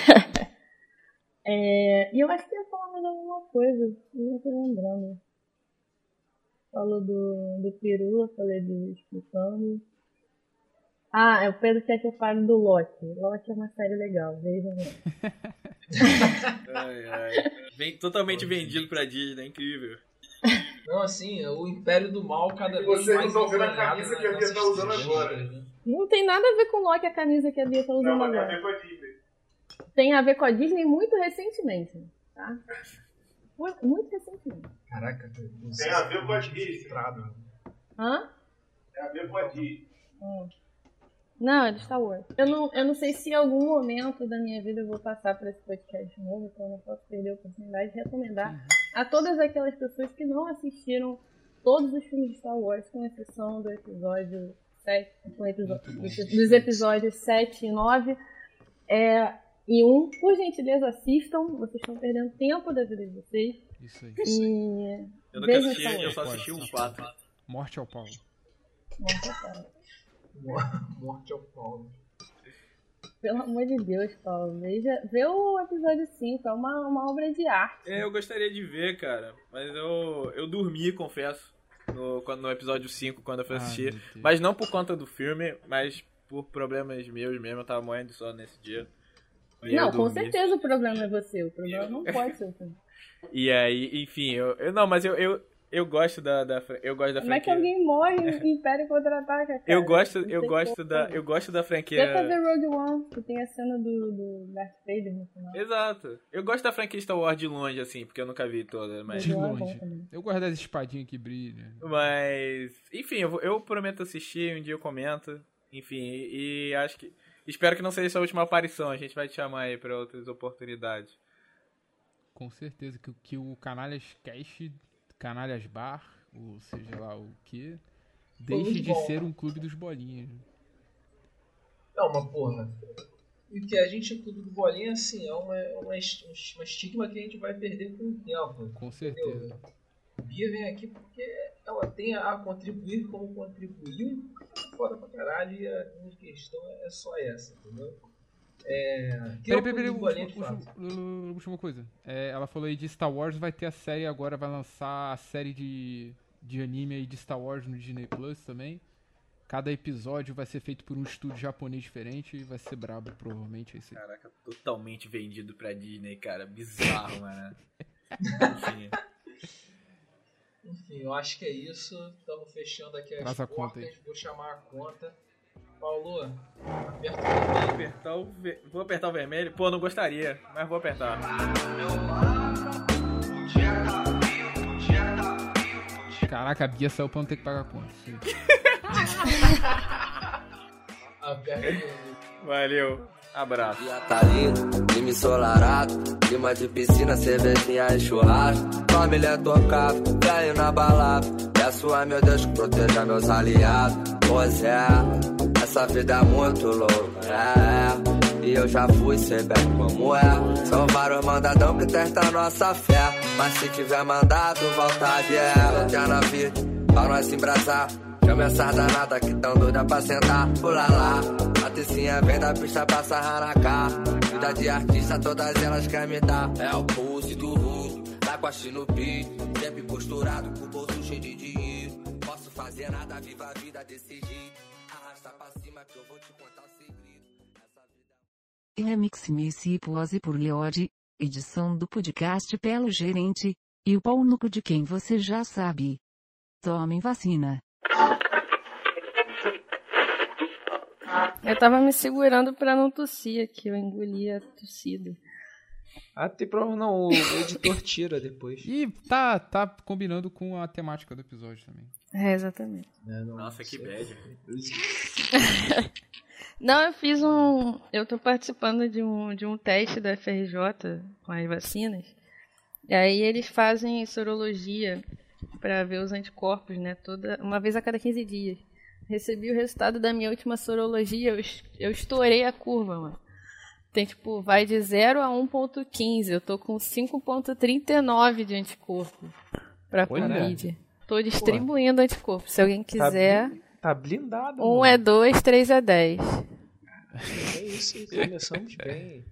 E eu acho que ia falar mais alguma coisa. Não tô lembrando. Falou do Pirula, falei do Explicando. O Pedro quer que eu fale do Loki. Loki é uma série legal, vejam. Vem totalmente vendido pra Disney, é incrível. Não, assim, o Império do Mal cada vez Você mais... não tá vendo a camisa que a Bia tá usando agora. Né? Não tem nada a ver com o Loki, a camisa que a Bia tá usando Não, agora. tem a ver com a Disney. Tem a ver com a Disney muito recentemente, tá? Muito recentemente. Caraca, tem a ver com a Disney. Hã? Tem a ver com a Disney. Não, é do Star Wars. Eu não sei se em algum momento da minha vida eu vou passar por esse podcast novo, então eu não posso perder a oportunidade de recomendar a todas aquelas pessoas que não assistiram todos os filmes de Star Wars, com exceção do episódio 7, dos episódios 7 e 9. E 1, por gentileza, assistam. Vocês estão perdendo tempo da vida de vocês. Isso aí. E Eu nunca assisti, eu só assisti um 4. Morte ao Paulo. Morte ao Paulo. Pelo amor de Deus, Paulo. Vê o episódio 5, é uma obra de arte. Eu gostaria de ver, cara. Mas eu dormi, confesso, no episódio 5, quando eu fui assistir. Mas não por conta do filme, mas por problemas meus mesmo. Eu tava morrendo de sono nesse dia. Não, com certeza o problema é você. O problema não pode ser o filme. E aí, enfim, eu gosto da franquia. Como é que alguém morre em Império Contra-Ataca, cara? Eu gosto da franquia. Tenta ver Rogue One, que tem a cena do Darth Vader no final. Exato. Eu gosto da franquia Star Wars de longe, assim, porque eu nunca vi toda. Mas... De longe. Eu gosto das espadinhas que brilham. Mas, enfim, eu prometo assistir, um dia eu comento. Enfim, e acho que... Espero que não seja a última aparição. A gente vai te chamar aí pra outras oportunidades. Com certeza que o Canalhas Cast, Canalhas Bar, ou seja lá o que, deixe de ser um clube dos bolinhas. Não, mas porra, o que a gente é clube do bolinha, assim, é uma estigma que a gente vai perder com o tempo. Com certeza. A Bia vem aqui porque ela tem a contribuir como contribuiu, foda pra caralho, e a minha questão é só essa, entendeu? Peraí, última coisa. Ela falou aí de Star Wars, vai ter a série agora, vai lançar a série de anime aí de Star Wars no Disney Plus também. Cada episódio vai ser feito por um estúdio japonês diferente e vai ser brabo, provavelmente. Esse. Caraca, totalmente vendido pra Disney, cara. Bizarro, mano. Enfim, eu acho que é isso. Estamos fechando aqui as portas. Conta aí. Vou chamar a conta. Paulo, aperta o vermelho. Vou apertar o vermelho? Pô, não gostaria, mas vou apertar. Caraca, a Bia saiu pra não ter que pagar a conta. Valeu, abraço. Dia tá lindo, clima ensolarado, clima de piscina, cervejinha e churrasco. Família tocava, velho na balada. Peço a meu Deus que proteja meus aliados. Pois é, essa vida é muito louca, e eu já fui, sei bem como é. São vários mandadão que testam nossa fé, mas se tiver mandado, volta de ela. Já na vida, pra nós se embrasar. Chama essa danada que tão doida pra sentar. Pula lá, a Tecinha vem da pista pra sarrar na cara. Vida de artista, todas elas querem me dar. É o pulse do russo, tá com a Xinopi. Sempre posturado, com o bolso cheio de dinheiro. Posso fazer nada, viva a vida desse jeito. Arrasta pra cima que eu vou te contar o segredo. Essa vida... Remix Messi e Pose por Leode. Edição do podcast pelo gerente. E o pau no cu de quem você já sabe. Tomem vacina. Eu tava me segurando pra não tossir aqui, eu engoli a tossida. Tem problema não, o editor tira depois. E tá combinando com a temática do episódio também. Exatamente. Nossa, que bad. Não, eu tô participando de um teste da FRJ com as vacinas. E aí eles fazem sorologia pra ver os anticorpos, né? Uma vez a cada 15 dias. Recebi o resultado da minha última sorologia, eu estourei a curva, mano. Tem vai de 0 a 1.15. Eu tô com 5.39 de anticorpo pra Covid. Tô distribuindo anticorpo. Se alguém quiser. Tá blindado. 1 é 2, 3 é 10. É isso, começamos bem.